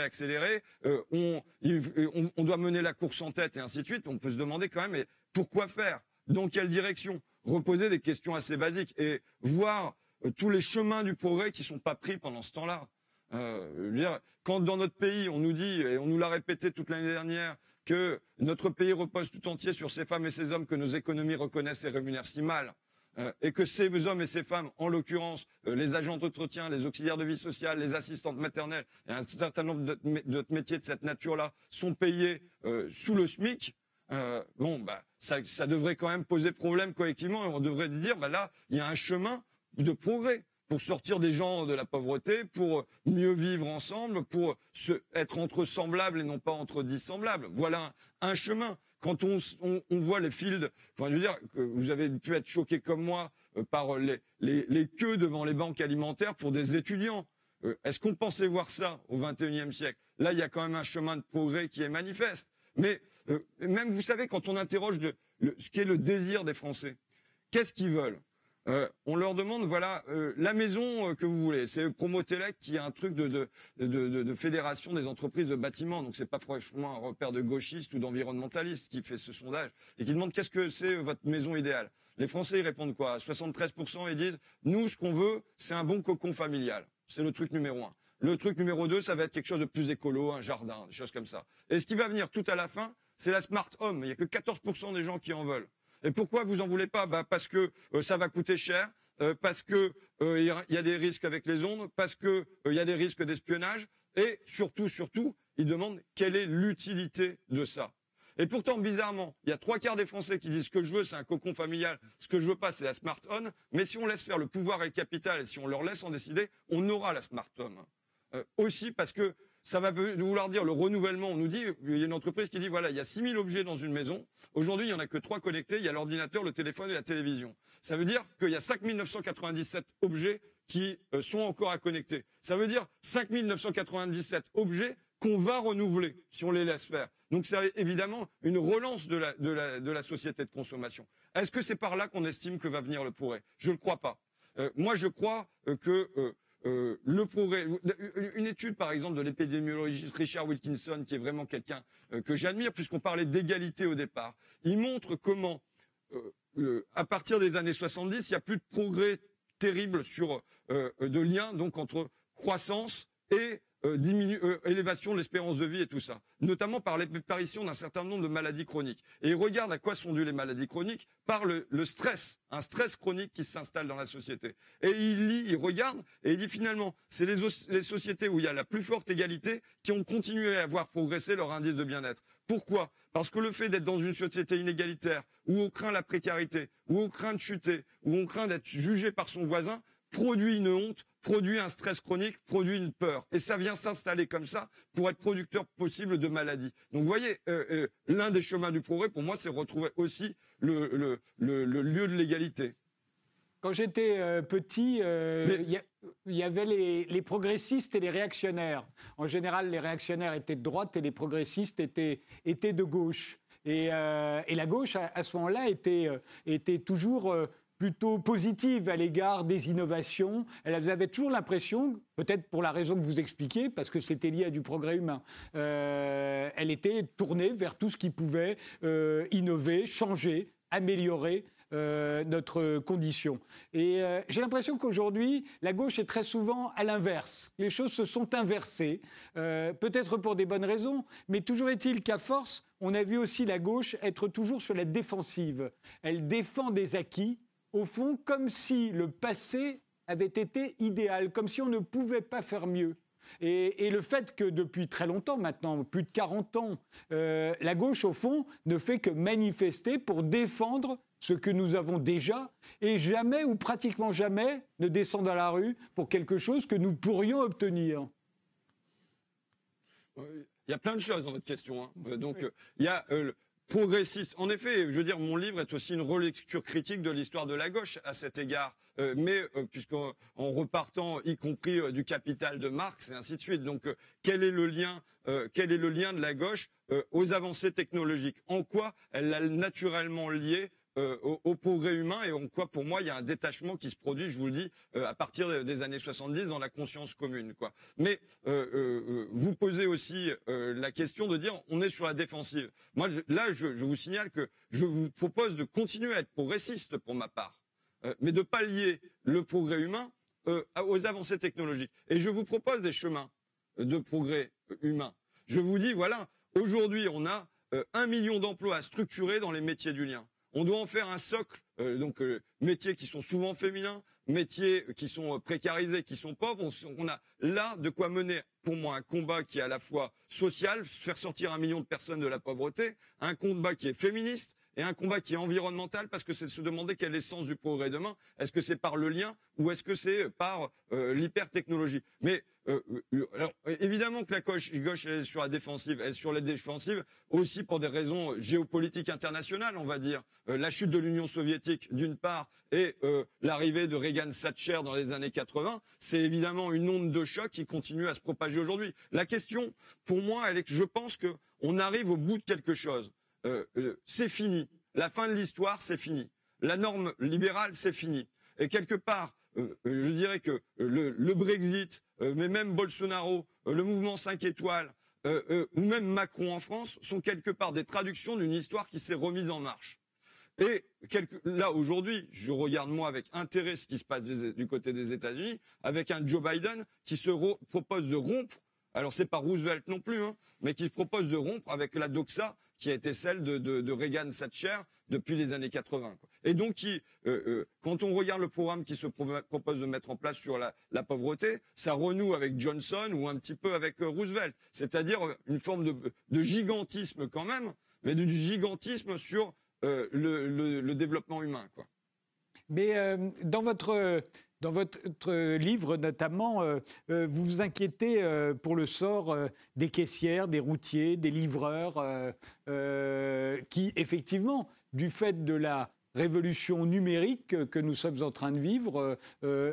on doit mener la course en tête et ainsi de suite, on peut se demander quand même, mais pourquoi faire? Dans quelle direction? Reposer des questions assez basiques et voir tous les chemins du progrès qui sont pas pris pendant ce temps-là. Je veux dire, quand dans notre pays, on nous dit, et on nous l'a répété toute l'année dernière, que notre pays repose tout entier sur ces femmes et ces hommes que nos économies reconnaissent et rémunèrent si mal, et que ces hommes et ces femmes, en l'occurrence les agents d'entretien, les auxiliaires de vie sociale, les assistantes maternelles et un certain nombre d'autres métiers de cette nature-là sont payés sous le SMIC, bon, bah, ça devrait quand même poser problème collectivement, et on devrait dire, bah là, il y a un chemin de progrès pour sortir des gens de la pauvreté, pour mieux vivre ensemble, pour être entre semblables et non pas entre dissemblables. Voilà un chemin. Quand on voit les fields, enfin je veux dire, que vous avez pu être choqué comme moi par les queues devant les banques alimentaires pour des étudiants. Est-ce qu'on pensait voir ça au XXIe siècle? Là, il y a quand même un chemin de progrès qui est manifeste. Mais même, vous savez, quand on interroge ce qu'est le désir des Français, qu'est-ce qu'ils veulent? On leur demande, voilà, la maison que vous voulez. C'est Promotelec qui a un truc de fédération des entreprises de bâtiments. Donc c'est pas franchement un repère de gauchistes ou d'environnementalistes qui fait ce sondage et qui demande qu'est-ce que c'est votre maison idéale. Les Français, ils répondent quoi? 73%, ils disent, nous, ce qu'on veut, c'est un bon cocon familial. C'est le truc numéro 1. Le truc numéro 2, ça va être quelque chose de plus écolo, un jardin, des choses comme ça. Et ce qui va venir tout à la fin, c'est la smart home. Il y a que 14% des gens qui en veulent. Et pourquoi vous en voulez pas? Bah parce que ça va coûter cher, parce que il y a des risques avec les ondes, parce que il y a des risques d'espionnage, et surtout, ils demandent quelle est l'utilité de ça. Et pourtant, bizarrement, il y a 3/4 des Français qui disent ce que je veux, c'est un cocon familial, ce que je veux pas, c'est la smart home. Mais si on laisse faire le pouvoir et le capital, et si on leur laisse en décider, on aura la smart home. Aussi parce que ça va vouloir dire le renouvellement. On nous dit, il y a une entreprise qui dit, voilà, il y a 6000 objets dans une maison. Aujourd'hui, il n'y en a que 3 connectés. Il y a l'ordinateur, le téléphone et la télévision. Ça veut dire qu'il y a 5997 objets qui sont encore à connecter. Ça veut dire 5997 objets qu'on va renouveler si on les laisse faire. Donc c'est évidemment une relance de la société de consommation. Est-ce que c'est par là qu'on estime que va venir le progrès? Je ne le crois pas. Moi, je crois que le progrès, une étude par exemple de l'épidémiologiste Richard Wilkinson, qui est vraiment quelqu'un que j'admire, puisqu'on parlait d'égalité au départ, il montre comment, à partir des années 70, il n'y a plus de progrès terrible sur de lien donc entre croissance et élévation de l'espérance de vie et tout ça, notamment par l'apparition d'un certain nombre de maladies chroniques. Et il regarde à quoi sont dues les maladies chroniques, par le stress, un stress chronique qui s'installe dans la société. Et il regarde, et il dit finalement, c'est les sociétés où il y a la plus forte égalité qui ont continué à voir progresser leur indice de bien-être. Pourquoi ? Parce que le fait d'être dans une société inégalitaire, où on craint la précarité, où on craint de chuter, où on craint d'être jugé par son voisin, produit une honte, produit un stress chronique, produit une peur. Et ça vient s'installer comme ça pour être producteur possible de maladies. Donc vous voyez, l'un des chemins du progrès, pour moi, c'est retrouver aussi le lieu de l'égalité. Quand j'étais petit, il y avait les progressistes et les réactionnaires. En général, les réactionnaires étaient de droite et les progressistes étaient de gauche. Et la gauche, à ce moment-là, était toujours plutôt positive à l'égard des innovations. Elles avaient toujours l'impression, peut-être pour la raison que vous expliquez, parce que c'était lié à du progrès humain, elle était tournée vers tout ce qui pouvait innover, changer, améliorer notre condition. Et j'ai l'impression qu'aujourd'hui, la gauche est très souvent à l'inverse. Les choses se sont inversées, peut-être pour des bonnes raisons, mais toujours est-il qu'à force, on a vu aussi la gauche être toujours sur la défensive. Elle défend des acquis, au fond, comme si le passé avait été idéal, comme si on ne pouvait pas faire mieux. Et le fait que depuis très longtemps maintenant, plus de 40 ans, la gauche, au fond, ne fait que manifester pour défendre ce que nous avons déjà, et jamais ou pratiquement jamais ne descend dans la rue pour quelque chose que nous pourrions obtenir. Il y a plein de choses dans votre question. Hein. Donc, il y a progressiste. En effet, je veux dire, mon livre est aussi une relecture critique de l'histoire de la gauche à cet égard. Puisqu'en repartant, y compris du Capital de Marx et ainsi de suite. Donc, quel est le lien de la gauche aux avancées technologiques ? En quoi elle l'a naturellement lié au progrès humain, et en quoi, pour moi, il y a un détachement qui se produit, je vous le dis, à partir des années 70 dans la conscience commune, quoi. Mais vous posez aussi la question de dire, on est sur la défensive. Moi, là, je vous signale que je vous propose de continuer à être progressiste pour ma part, mais de pas lier le progrès humain aux avancées technologiques. Et je vous propose des chemins de progrès humain. Je vous dis, voilà, aujourd'hui, on a 1 million d'emplois à structurer dans les métiers du lien. On doit en faire un socle, métiers qui sont souvent féminins, métiers qui sont précarisés, qui sont pauvres. On a là de quoi mener, pour moi, un combat qui est à la fois social, faire sortir 1 million de personnes de la pauvreté, un combat qui est féministe, et un combat qui est environnemental, parce que c'est de se demander quel est le sens du progrès demain. Est-ce que c'est par le lien ou est-ce que c'est par l'hypertechnologie ? Mais alors, évidemment que la gauche elle est sur la défensive, elle est sur la défensive aussi pour des raisons géopolitiques internationales, on va dire. La chute de l'Union soviétique, d'une part, et l'arrivée de Reagan-Thatcher dans les années 80, c'est évidemment une onde de choc qui continue à se propager aujourd'hui. La question, pour moi, elle est que je pense qu'on arrive au bout de quelque chose. C'est fini. La fin de l'histoire, c'est fini. La norme libérale, c'est fini. Et quelque part, je dirais que le Brexit, mais même Bolsonaro, le mouvement 5 étoiles, ou même Macron en France, sont quelque part des traductions d'une histoire qui s'est remise en marche. Et là, aujourd'hui, je regarde moi avec intérêt ce qui se passe du côté des États-Unis, avec un Joe Biden qui se propose de rompre, alors c'est pas Roosevelt non plus, hein, mais qui se propose de rompre avec la doxa qui a été celle de Reagan-Thatcher depuis les années 80. Quoi. Et donc, quand on regarde le programme qui se propose de mettre en place sur la pauvreté, ça renoue avec Johnson ou un petit peu avec Roosevelt. C'est-à-dire une forme de gigantisme quand même, mais du gigantisme sur le développement humain, quoi. Mais dans votre livre, notamment, vous vous inquiétez pour le sort des caissières, des routiers, des livreurs, qui, effectivement, du fait de la révolution numérique que nous sommes en train de vivre,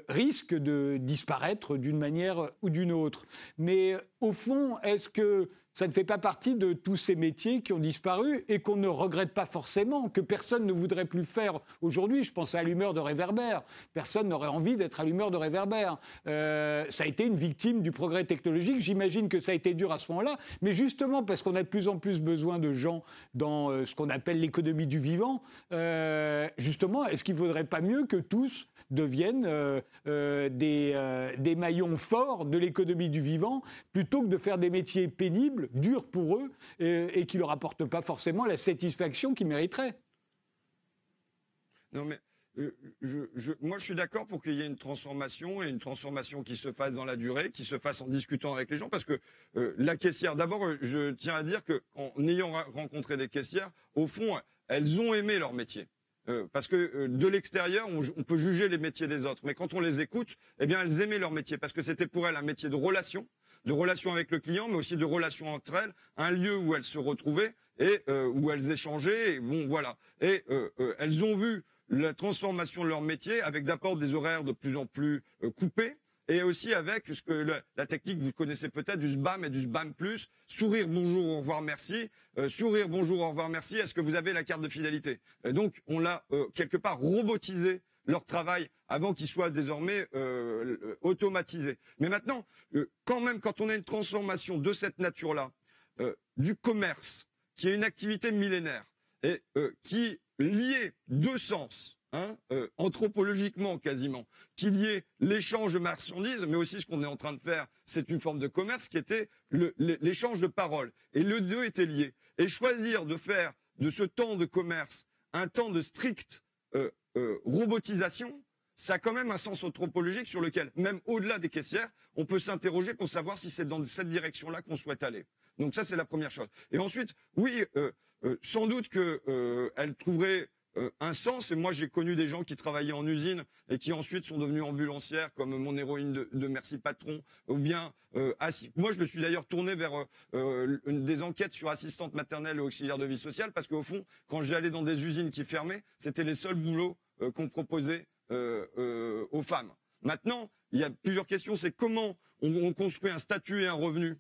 risquent de disparaître d'une manière ou d'une autre. Mais au fond, est-ce que ça ne fait pas partie de tous ces métiers qui ont disparu et qu'on ne regrette pas forcément, que personne ne voudrait plus faire aujourd'hui. Je pense à allumeur de réverbère. Personne n'aurait envie d'être allumeur de réverbère. Ça a été une victime du progrès technologique. J'imagine que ça a été dur à ce moment-là. Mais justement, parce qu'on a de plus en plus besoin de gens dans ce qu'on appelle l'économie du vivant, justement, est-ce qu'il ne faudrait pas mieux que tous deviennent des maillons forts de l'économie du vivant, plutôt que de faire des métiers pénibles, durs pour eux, et qui ne leur apportent pas forcément la satisfaction qu'ils mériteraient. Non, mais moi, je suis d'accord pour qu'il y ait une transformation, et une transformation qui se fasse dans la durée, qui se fasse en discutant avec les gens, parce que la caissière, d'abord, je tiens à dire qu'en ayant rencontré des caissières, au fond, elles ont aimé leur métier. Parce que de l'extérieur, on peut juger les métiers des autres, mais quand on les écoute, eh bien, elles aimaient leur métier, parce que c'était pour elles un métier de relation avec le client, mais aussi de relation entre elles, un lieu où elles se retrouvaient et où elles échangeaient. Et bon, voilà. Et elles ont vu la transformation de leur métier avec d'abord des horaires de plus en plus coupés, et aussi avec ce que la technique, vous connaissez peut-être, du SBAM et du SBAM+, sourire, bonjour, au revoir, merci, sourire, bonjour, au revoir, merci, est-ce que vous avez la carte de fidélité? Donc, on l'a quelque part robotisé leur travail avant qu'il soit désormais automatisé. Mais maintenant, quand même, quand on a une transformation de cette nature-là, du commerce, qui est une activité millénaire, et qui liait deux sens, anthropologiquement quasiment, qu'il y ait l'échange de marchandises, mais aussi ce qu'on est en train de faire, c'est une forme de commerce qui était l'échange de paroles. Et les deux étaient liés. Et choisir de faire de ce temps de commerce un temps de stricte robotisation, ça a quand même un sens anthropologique sur lequel, même au-delà des caissières, on peut s'interroger pour savoir si c'est dans cette direction-là qu'on souhaite aller. Donc ça, c'est la première chose. Et ensuite, oui, sans doute qu'elle trouverait un sens. Et moi, j'ai connu des gens qui travaillaient en usine et qui ensuite sont devenus ambulancières, comme mon héroïne de Merci Patron, ou bien moi, je me suis d'ailleurs tourné vers des enquêtes sur assistantes maternelles et auxiliaires de vie sociale, parce qu'au fond, quand j'allais dans des usines qui fermaient, c'était les seuls boulots qu'on proposait aux femmes. Maintenant, il y a plusieurs questions. C'est comment on construit un statut et un revenu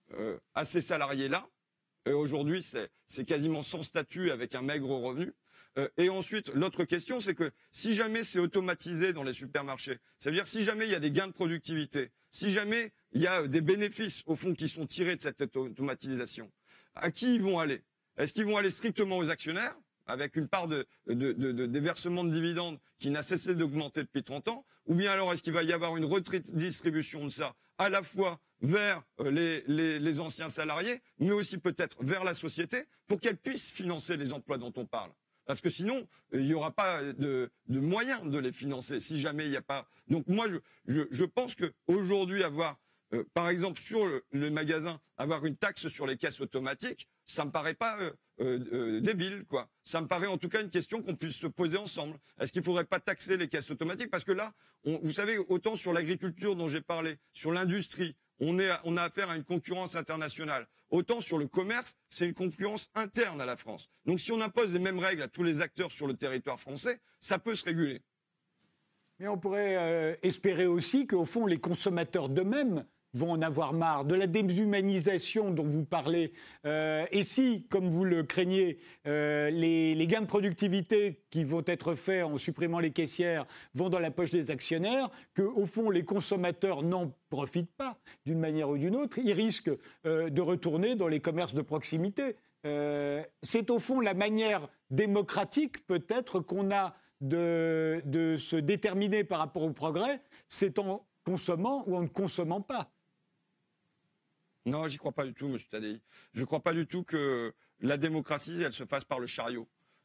à ces salariés-là. Aujourd'hui, c'est quasiment sans statut avec un maigre revenu. Et ensuite, l'autre question, c'est que si jamais c'est automatisé dans les supermarchés, ça veut dire si jamais il y a des gains de productivité, si jamais il y a des bénéfices, au fond, qui sont tirés de cette automatisation, à qui ils vont aller? Est-ce qu'ils vont aller strictement aux actionnaires, avec une part des versements de dividendes qui n'a cessé d'augmenter depuis 30 ans, ou bien alors est-ce qu'il va y avoir une redistribution de ça, à la fois vers les anciens salariés, mais aussi peut-être vers la société, pour qu'elle puisse financer les emplois dont on parle? Parce que sinon, il n'y aura pas de moyens de les financer, si jamais il n'y a pas... Donc moi, je pense qu'aujourd'hui, avoir, par exemple, sur le magasin, avoir une taxe sur les caisses automatiques, ça me paraît pas débile, quoi. Ça me paraît en tout cas une question qu'on puisse se poser ensemble. Est-ce qu'il ne faudrait pas taxer les caisses automatiques? Parce que là, vous savez, autant sur l'agriculture dont j'ai parlé, sur l'industrie, on a affaire à une concurrence internationale. Autant sur le commerce, c'est une concurrence interne à la France. Donc si on impose les mêmes règles à tous les acteurs sur le territoire français, ça peut se réguler. Mais on pourrait espérer aussi qu'au fond, les consommateurs d'eux-mêmes vont en avoir marre de la déshumanisation dont vous parlez. Et si, comme vous le craignez, les gains de productivité qui vont être faits en supprimant les caissières vont dans la poche des actionnaires, qu'au fond, les consommateurs n'en profitent pas d'une manière ou d'une autre, ils risquent de retourner dans les commerces de proximité. C'est au fond la manière démocratique, peut-être, qu'on a de se déterminer par rapport au progrès, c'est en consommant ou en ne consommant pas. Non, j'y crois pas du tout, M. Tadei. Je ne crois pas du tout que la démocratie, elle se fasse par le chariot.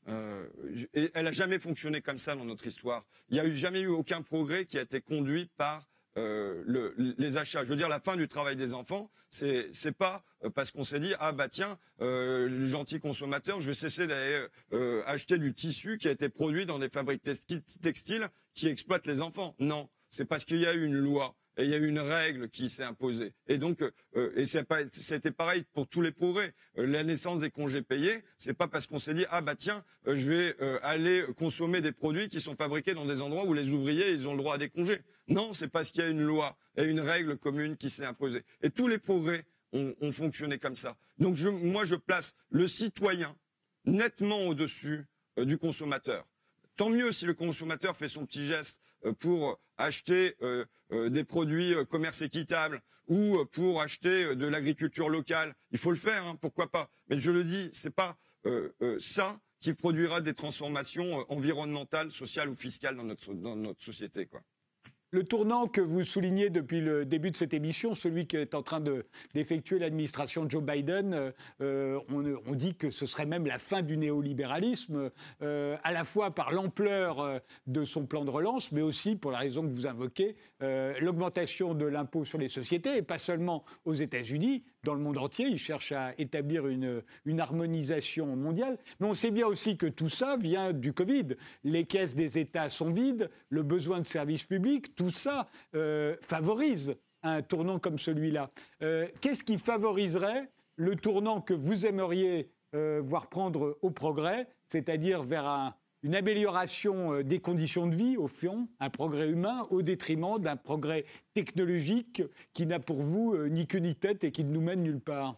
Et elle n'a jamais fonctionné comme ça dans notre histoire. Il n'y a jamais eu aucun progrès qui a été conduit par les achats. Je veux dire, la fin du travail des enfants, c'est pas parce qu'on s'est dit, ah bah tiens, le gentil consommateur, je vais cesser d'aller acheter du tissu qui a été produit dans des fabriques textiles qui exploitent les enfants. Non, c'est parce qu'il y a eu une loi. Et il y a eu une règle qui s'est imposée. Et donc, c'était pareil pour tous les progrès. La naissance des congés payés, c'est pas parce qu'on s'est dit, ah bah tiens, je vais aller consommer des produits qui sont fabriqués dans des endroits où les ouvriers, ils ont le droit à des congés. Non, c'est parce qu'il y a une loi et une règle commune qui s'est imposée. Et tous les progrès ont fonctionné comme ça. Donc moi, je place le citoyen nettement au-dessus du consommateur. Tant mieux si le consommateur fait son petit geste pour acheter des produits commerce équitable ou pour acheter de l'agriculture locale. Il faut le faire, hein, pourquoi pas. Mais je le dis, c'est pas ça qui produira des transformations environnementales, sociales ou fiscales dans notre société, quoi. Le tournant que vous soulignez depuis le début de cette émission, celui qui est en train d'effectuer l'administration de Joe Biden, on dit que ce serait même la fin du néolibéralisme, à la fois par l'ampleur de son plan de relance, mais aussi pour la raison que vous invoquez, l'augmentation de l'impôt sur les sociétés, et pas seulement aux États-Unis, dans le monde entier. Il cherche à établir une harmonisation mondiale. Mais on sait bien aussi que tout ça vient du Covid. Les caisses des États sont vides, le besoin de services publics, tout ça favorise un tournant comme celui-là. Qu'est-ce qui favoriserait le tournant que vous aimeriez voir prendre au progrès, c'est-à-dire vers une amélioration des conditions de vie, au fond, un progrès humain, au détriment d'un progrès technologique qui n'a pour vous ni queue ni tête et qui ne nous mène nulle part?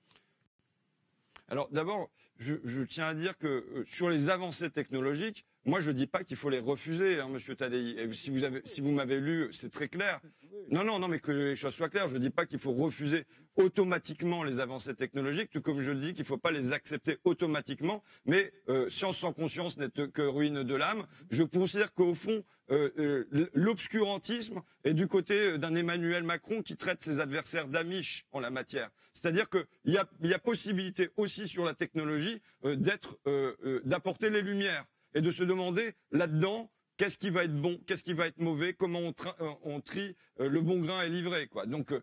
Alors d'abord, je tiens à dire que sur les avancées technologiques, moi je ne dis pas qu'il faut les refuser, hein, Monsieur Tadei. Et si vous m'avez lu, c'est très clair. Non, mais que les choses soient claires, je ne dis pas qu'il faut refuser automatiquement les avancées technologiques, tout comme je dis qu'il ne faut pas les accepter automatiquement, mais science sans conscience n'est que ruine de l'âme. Je considère qu'au fond, l'obscurantisme est du côté d'un Emmanuel Macron qui traite ses adversaires d'amiches en la matière. C'est-à-dire qu'il y a possibilité aussi sur la technologie d'apporter les lumières et de se demander là-dedans qu'est-ce qui va être bon, qu'est-ce qui va être mauvais, comment on trie le bon grain est livré, quoi. Donc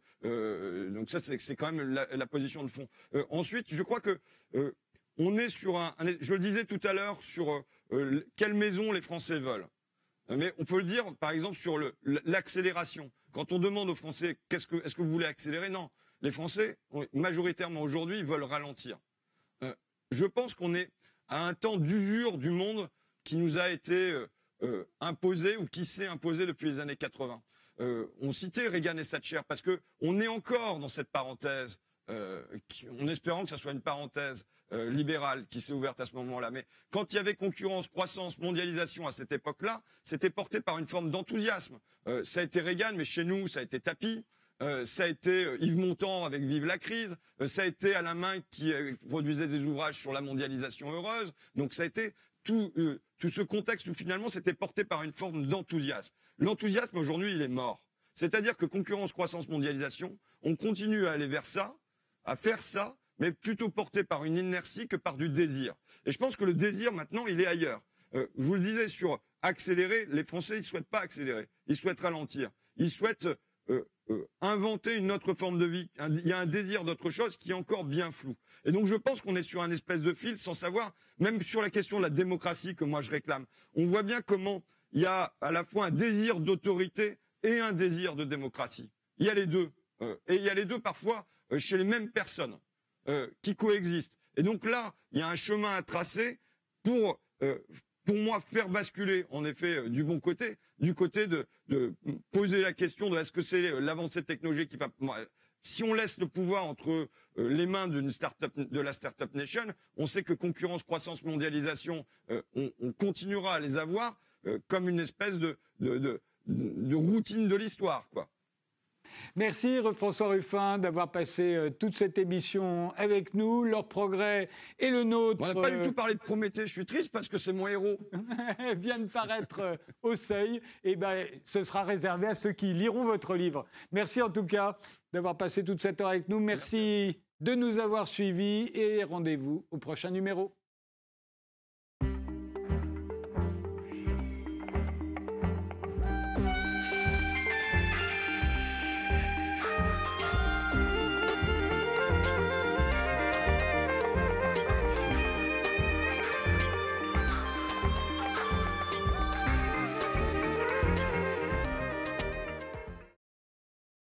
ça, c'est quand même la position de fond. Ensuite, je crois que on est sur je le disais tout à l'heure, sur quelle maison les Français veulent. Mais on peut le dire, par exemple, sur l'accélération. Quand on demande aux Français est-ce que vous voulez accélérer, non. Les Français, majoritairement aujourd'hui, veulent ralentir. Je pense qu'on est à un temps d'usure du monde qui nous a été imposé ou qui s'est imposé depuis les années 80. On citait Reagan et Thatcher parce que on est encore dans cette parenthèse, en espérant que ça soit une parenthèse libérale qui s'est ouverte à ce moment-là. Mais quand il y avait concurrence, croissance, mondialisation à cette époque-là, c'était porté par une forme d'enthousiasme. Ça a été Reagan, mais chez nous, ça a été Tapi. Ça a été Yves Montand avec Vive la crise. Ça a été Alain Minc qui produisait des ouvrages sur la mondialisation heureuse. Donc ça a été tout ce contexte où finalement c'était porté par une forme d'enthousiasme. L'enthousiasme aujourd'hui il est mort. C'est-à-dire que concurrence, croissance, mondialisation, on continue à aller vers ça, à faire ça, mais plutôt porté par une inertie que par du désir. Et je pense que le désir maintenant il est ailleurs. Je vous le disais sur accélérer, les Français ils souhaitent pas accélérer, ils souhaitent ralentir, ils souhaitent inventer une autre forme de vie. Il y a un désir d'autre chose qui est encore bien flou. Et donc je pense qu'on est sur un espèce de fil sans savoir, même sur la question de la démocratie que moi je réclame. On voit bien comment il y a à la fois un désir d'autorité et un désir de démocratie. Il y a les deux. Et il y a les deux parfois chez les mêmes personnes qui coexistent. Et donc là, il y a un chemin à tracer pour moi, faire basculer, en effet, du bon côté, du côté de poser la question de est-ce que c'est l'avancée technologique qui va... Si on laisse le pouvoir entre les mains de la Startup Nation, on sait que concurrence, croissance, mondialisation, on continuera à les avoir comme une espèce de routine de l'histoire, quoi. Merci François Ruffin d'avoir passé toute cette émission avec nous. Leur progrès et le nôtre. On n'a pas du tout parlé de Prométhée, je suis triste parce que c'est mon héros. Vient de paraître au seuil. Et ce sera réservé à ceux qui liront votre livre. Merci en tout cas d'avoir passé toute cette heure avec nous. Merci de nous avoir suivis et rendez-vous au prochain numéro.